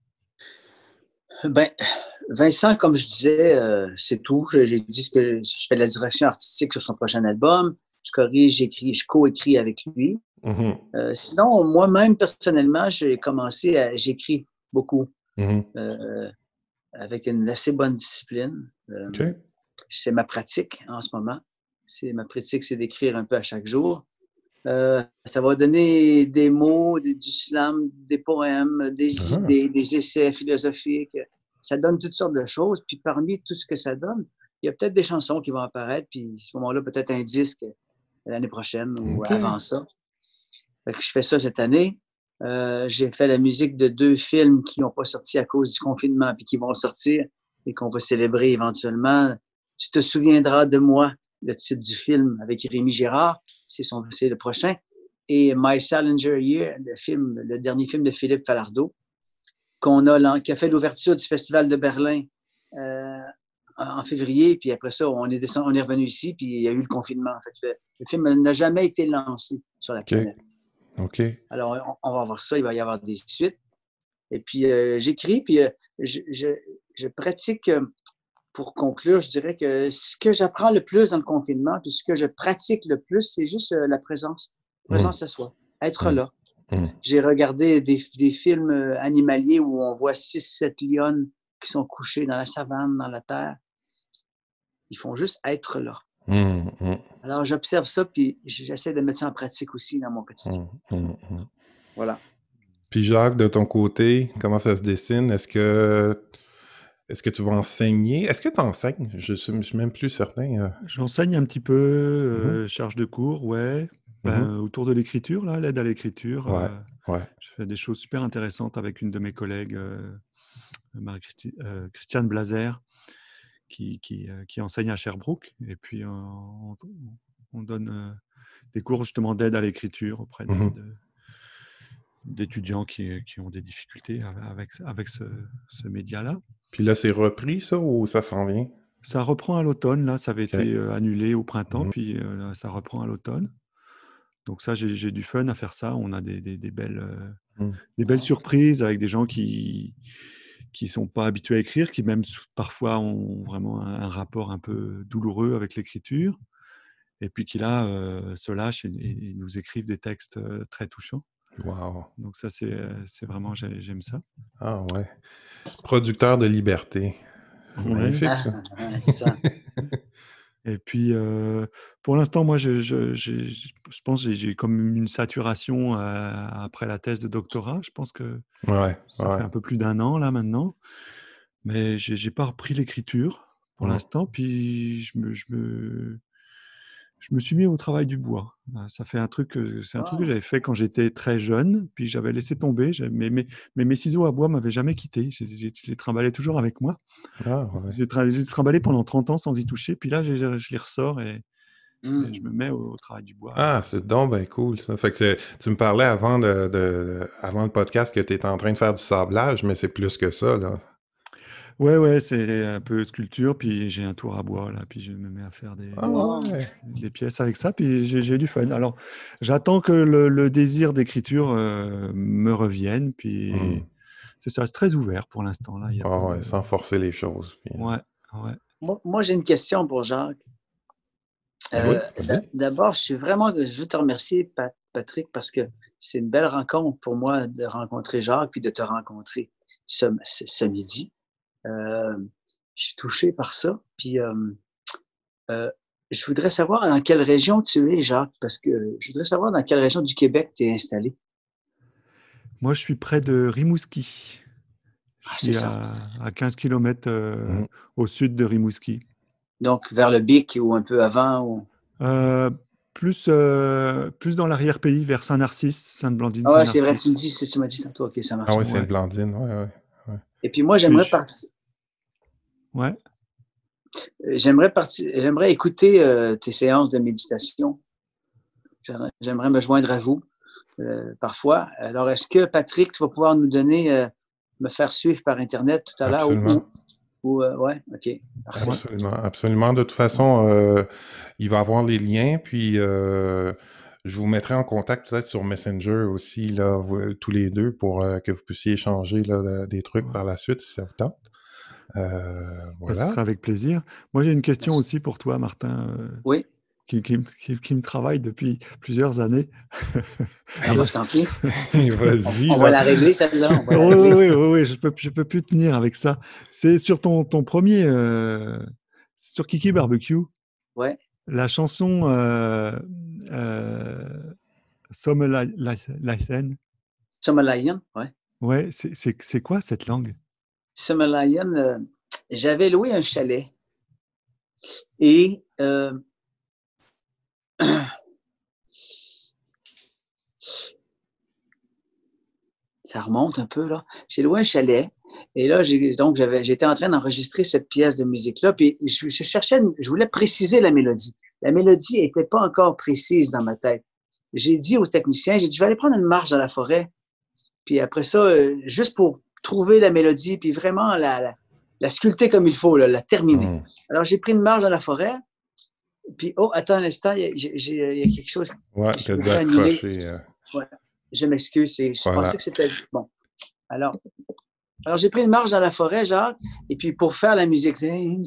S2: Ben, Vincent, comme je disais, euh, c'est tout. J'ai dit que je fais de la direction artistique sur son prochain album. Je corrige, j'écris, je co-écris avec lui. Mm-hmm. Euh, sinon, moi-même, personnellement, j'ai commencé à... J'écris beaucoup. Mm-hmm. Euh, avec une assez bonne discipline. Euh, okay. C'est ma pratique en ce moment. C'est, ma pratique, c'est d'écrire un peu à chaque jour. Euh, ça va donner des mots, des, du slam, des poèmes, des uh-huh. idées, des essais philosophiques. Ça donne toutes sortes de choses. Puis parmi tout ce que ça donne, il y a peut-être des chansons qui vont apparaître. Puis à ce moment-là, peut-être un disque l'année prochaine ou okay. avant ça. Fait que je fais ça cette année. Euh, j'ai fait la musique de deux films qui n'ont pas sorti à cause du confinement puis qui vont sortir et qu'on va célébrer éventuellement. Tu te souviendras de moi, le titre du film avec Rémi Girard. C'est, son, c'est le prochain. Et My Salinger Year, le film, le dernier film de Philippe Falardeau, qu'on a, qui a fait l'ouverture du Festival de Berlin euh, en février. Puis après ça, on est, descendu, on est revenu ici, puis il y a eu le confinement. En fait, le, le film n'a jamais été lancé sur la planète.
S1: OK.
S2: Alors, on, on va voir ça. Il va y avoir des suites. Et puis, euh, j'écris, puis euh, je, je, je pratique, euh, pour conclure, je dirais que ce que j'apprends le plus dans le confinement, puis ce que je pratique le plus, c'est juste euh, la présence. Présence
S1: Mmh.
S2: à soi, être
S1: Mmh.
S2: là.
S1: Mmh.
S2: J'ai regardé des, des films euh, animaliers où on voit six, sept lionnes qui sont couchées dans la savane, dans la terre. Ils font juste être là.
S1: Mmh. Mmh.
S2: Alors, j'observe ça, puis j'essaie de mettre ça en pratique aussi dans mon quotidien.
S1: Mmh. Mmh. Mmh.
S2: Voilà.
S1: Puis Jacques, de ton côté, comment ça se dessine? Est-ce que est-ce que tu vas enseigner? Est-ce que tu enseignes? Je suis, je suis même plus certain. euh.
S3: J'enseigne un petit peu,
S1: Mhm.
S3: euh, charge de cours, ouais. Ben,
S1: Mhm.
S3: autour de l'écriture, là, l'aide à l'écriture.
S1: Ouais,
S3: euh,
S1: ouais.
S3: je fais des choses super intéressantes avec une de mes collègues, euh, Marie-Christi- euh, Christiane Blazer, qui, qui, euh, qui enseigne à Sherbrooke. Et puis, euh, on, on donne euh, des cours justement d'aide à l'écriture auprès de,
S1: Mhm.
S3: de- d'étudiants qui, qui ont des difficultés avec, avec ce, ce média-là.
S1: Puis là, c'est repris, ça, ou ça s'en vient?
S3: Ça reprend à l'automne, là, ça avait
S1: OK.
S3: été euh, annulé au printemps,
S1: Mhm.
S3: puis euh, là, ça reprend à l'automne. Donc ça, j'ai j'ai du fun à faire ça. On a des, des- des belles, euh,
S1: Mhm.
S3: des belles surprises avec des gens qui qui sont pas habitués à écrire, qui même sou- parfois ont vraiment un, un rapport un peu douloureux avec l'écriture, et puis qui là euh, se lâchent et, et nous écrivent des textes euh, très touchants.
S1: Wow.
S3: Donc ça, c'est euh, c'est vraiment, j'ai- j'aime ça.
S1: Ah ouais. Producteur de liberté. C'est
S3: Ouais.
S1: magnifique,
S2: Ah,
S1: ça.
S2: ouais, c'est ça.
S3: Et puis, euh, pour l'instant, moi, je, je, j'ai- je pense que j'ai j'ai comme une saturation euh, après la thèse de doctorat. Je pense que
S1: Ouais,
S3: ça fait
S1: ouais.
S3: un peu plus d'un an là maintenant. Mais j'ai j'ai pas repris l'écriture pour
S1: Mhm.
S3: l'instant. Puis je me, je me, je me suis mis au travail du bois. Ah, ça fait un truc, que- c'est un truc que
S2: Wow.
S3: j'avais fait quand j'étais très jeune. Puis j'avais laissé tomber. J'ai- Mais, mais, mais mes ciseaux à bois m'avaient jamais quitté. J'ai- j'ai- Je les trimballais toujours avec moi.
S1: Ah ouais.
S3: J'ai tra- j'ai trimballé pendant trente ans sans y toucher. Puis là, j'ai- je les ressors et, et je
S2: Mm.
S3: me mets au, au travail du bois.
S1: Ah,
S3: Alors,
S1: c'est
S3: c'est-
S1: donc ben cool, ça. Fait que c'est- tu me parlais avant de, de- avant le podcast que tu étais en train de faire du sablage, mais c'est plus que ça, là.
S3: Ouais, ouais, c'est un peu sculpture. Puis j'ai un tour à bois là. Puis je me mets à faire des,
S1: Ah
S2: Wow.
S1: ouais.
S3: des pièces avec ça, puis j'ai j'ai du fun. Alors, j'attends que le, le désir d'écriture euh, me revienne, puis
S1: Hmm.
S3: c'est ça, c'est très ouvert pour l'instant. Là, il y a
S1: Ah
S3: pas
S1: ouais,
S3: de.
S1: sans forcer les choses. Puis, euh,
S3: Ouais, ouais.
S2: Moi, moi, j'ai une question pour Jacques.
S1: Ben oui,
S2: Euh, d'a-
S1: vas-y.
S2: D'abord, je suis vraiment, je veux te remercier, Pat- Patrick, parce que c'est une belle rencontre pour moi de rencontrer Jacques puis de te rencontrer ce, ce, ce midi. Euh, je suis touché par ça. Puis, euh, euh, je voudrais savoir dans quelle région tu es, Jacques, parce que je voudrais savoir dans quelle région du Québec tu es installé.
S3: Moi, je suis près de Rimouski. Je
S2: Ah, c'est
S3: suis
S2: ça.
S3: à, à quinze kilomètres
S1: Mhm.
S3: au sud de Rimouski.
S2: Donc, vers le Bic ou un peu avant. Ou...
S3: Euh, plus, euh, plus dans l'arrière-pays, vers Saint-Narcisse, Sainte-Blandine,
S2: Ah ouais, c'est vrai, tu me
S3: Saint-Narcisse.
S2: dis, c'est- tu m'as dit tantôt, ok, ça
S1: Ah
S2: marche.
S1: ouais,
S2: Ouais.
S1: c'est une
S3: Ouais,
S1: blandine, ouais, ouais. ouais.
S2: Et puis moi,
S3: je suis.
S2: j'aimerais
S3: je-
S2: partir.
S3: Ouais.
S2: J'aimerais partir, j'aimerais écouter euh, tes séances de méditation. J'aimerais j'aimerais me joindre à vous euh, parfois. Alors, est-ce que Patrick, tu vas pouvoir nous donner, euh, me faire suivre par Internet tout à l'heure ou,
S1: Absolument.
S2: ou, ou, euh, ouais, ok, parfait.
S3: Ouais.
S1: Absolument, absolument. De toute
S3: Ouais.
S1: façon, euh, il va avoir les liens, puis euh, je vous mettrai en contact peut-être sur Messenger aussi, là, vous- tous les deux, pour euh, que vous puissiez échanger là, de- des trucs
S3: Ouais.
S1: par la suite, si ça vous tente. Euh,
S3: Bah, ce
S1: voilà.
S3: sera avec plaisir. Moi, j'ai une question
S2: Merci.
S3: aussi pour toi, Martin, euh,
S2: Oui,
S3: qui, qui me- qui- qui me travaille depuis plusieurs années.
S2: ah bah, je t'en prie.
S1: Hey,
S2: On,
S1: vas-y,
S2: on va
S1: là.
S2: la régler, celle-là. On va la
S3: Oui,
S2: régler.
S3: oui, oui, oui, je peux, je peux plus tenir avec ça. C'est sur ton, ton premier, euh, sur Kiki Barbecue,
S2: Ouais,
S3: la chanson euh, euh, Sommerleiten.
S2: Somalayan, ouais.
S3: Ouais, c'est c'est- c'est quoi cette langue?
S2: Somalayan, euh, j'avais loué un chalet et euh, ça remonte un peu, là. J'ai loué un chalet et là, j'ai, donc, j'avais, j'étais en train d'enregistrer cette pièce de musique-là, puis je, je cherchais, je voulais préciser la mélodie. La mélodie n'était pas encore précise dans ma tête. J'ai dit au technicien, j'ai dit, je vais aller prendre une marche dans la forêt, puis après ça, euh, juste pour trouver la mélodie, puis vraiment la, la, la sculpter comme il faut, là, la terminer.
S1: Hum.
S2: Alors, j'ai pris une marche dans la forêt, puis, oh, attends un instant, il y a, j'ai- j'ai- il y a quelque chose
S1: Ouais,
S2: que je
S1: t'as dû
S2: voudrais animer.
S1: accrocher. euh,
S2: Ouais, je m'excuse, c'est- je
S1: voilà.
S2: pensais que c'était... Bon, alors, Alors, j'ai pris une marche dans la forêt, Jacques, et puis pour faire la musique, et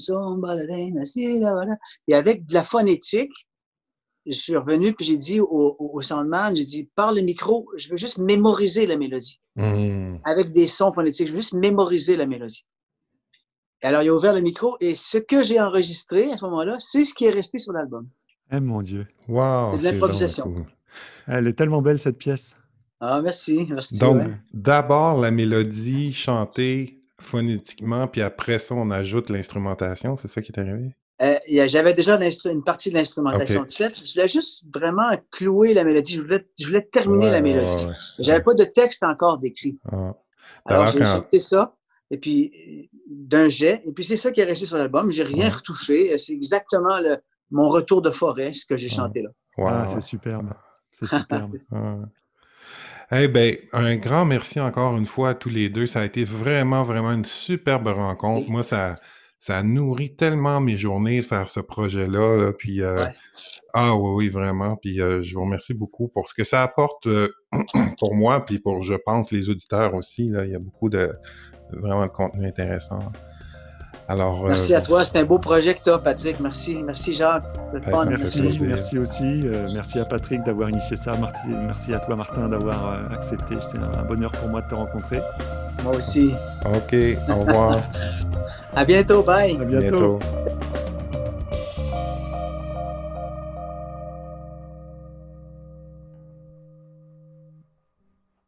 S2: avec de la phonétique, je suis revenu, puis j'ai dit au, au, au soundman, j'ai dit, par le micro, je veux juste mémoriser la mélodie.
S1: Mm.
S2: Avec des sons phonétiques, je veux juste mémoriser la mélodie. Et alors, il a ouvert le micro, et ce que j'ai enregistré à ce moment-là, c'est ce qui est resté sur l'album.
S3: Eh mon Dieu.
S1: Wow,
S2: C'est de
S1: c'est
S2: l'improvisation.
S1: donc cool.
S3: Elle est tellement belle, cette pièce.
S2: Ah, merci, merci.
S1: Donc,
S2: ouais.
S1: d'abord la mélodie chantée phonétiquement, puis après ça, on ajoute l'instrumentation, c'est ça qui est arrivé?
S2: Euh, J'avais déjà une partie de l'instrumentation
S1: Ok.
S2: de faite. Je voulais juste vraiment clouer la mélodie. Je voulais, je voulais terminer
S1: Ouais,
S2: la
S1: ouais,
S2: mélodie.
S1: ouais.
S2: J'avais
S1: Ouais.
S2: pas de texte encore d'écrit.
S1: Ah. Tout à
S2: Alors,
S1: l'heure,
S2: j'ai
S1: quand...
S2: chanté ça, et puis d'un jet, et puis c'est ça qui est resté sur l'album. J'ai rien
S1: Ouais.
S2: retouché. C'est exactement le, mon retour de forêt, ce que j'ai
S1: Ah.
S2: chanté là.
S3: Ah,
S1: Wow.
S3: c'est superbe. C'est superbe.
S1: Ah. Eh bien, un grand merci encore une fois à tous les deux. Ça a été vraiment, vraiment une superbe rencontre.
S2: Oui.
S1: Moi, ça, ça nourrit tellement mes journées de faire ce projet-là. Là. Puis, euh,
S2: Ouais.
S1: ah oui, oui, vraiment. Puis, euh, je vous remercie beaucoup pour ce que ça apporte euh, pour moi, puis pour, je pense, les auditeurs aussi. Là. Il y a beaucoup de, vraiment de contenu intéressant. Alors,
S2: Merci
S1: euh,
S2: à toi. C'est un beau projet que tu as, Patrick. Merci. Merci, Jacques. C'est le
S1: Ben,
S2: fun.
S1: ça me fait
S3: Merci,
S1: plaisir.
S3: merci aussi. Euh, merci à Patrick d'avoir initié ça. Merci, merci à toi, Martin, d'avoir euh, accepté. C'est un, un bonheur pour moi de te rencontrer.
S2: Moi aussi.
S1: OK, au revoir.
S2: À bientôt. Bye.
S3: À bientôt.
S1: bientôt.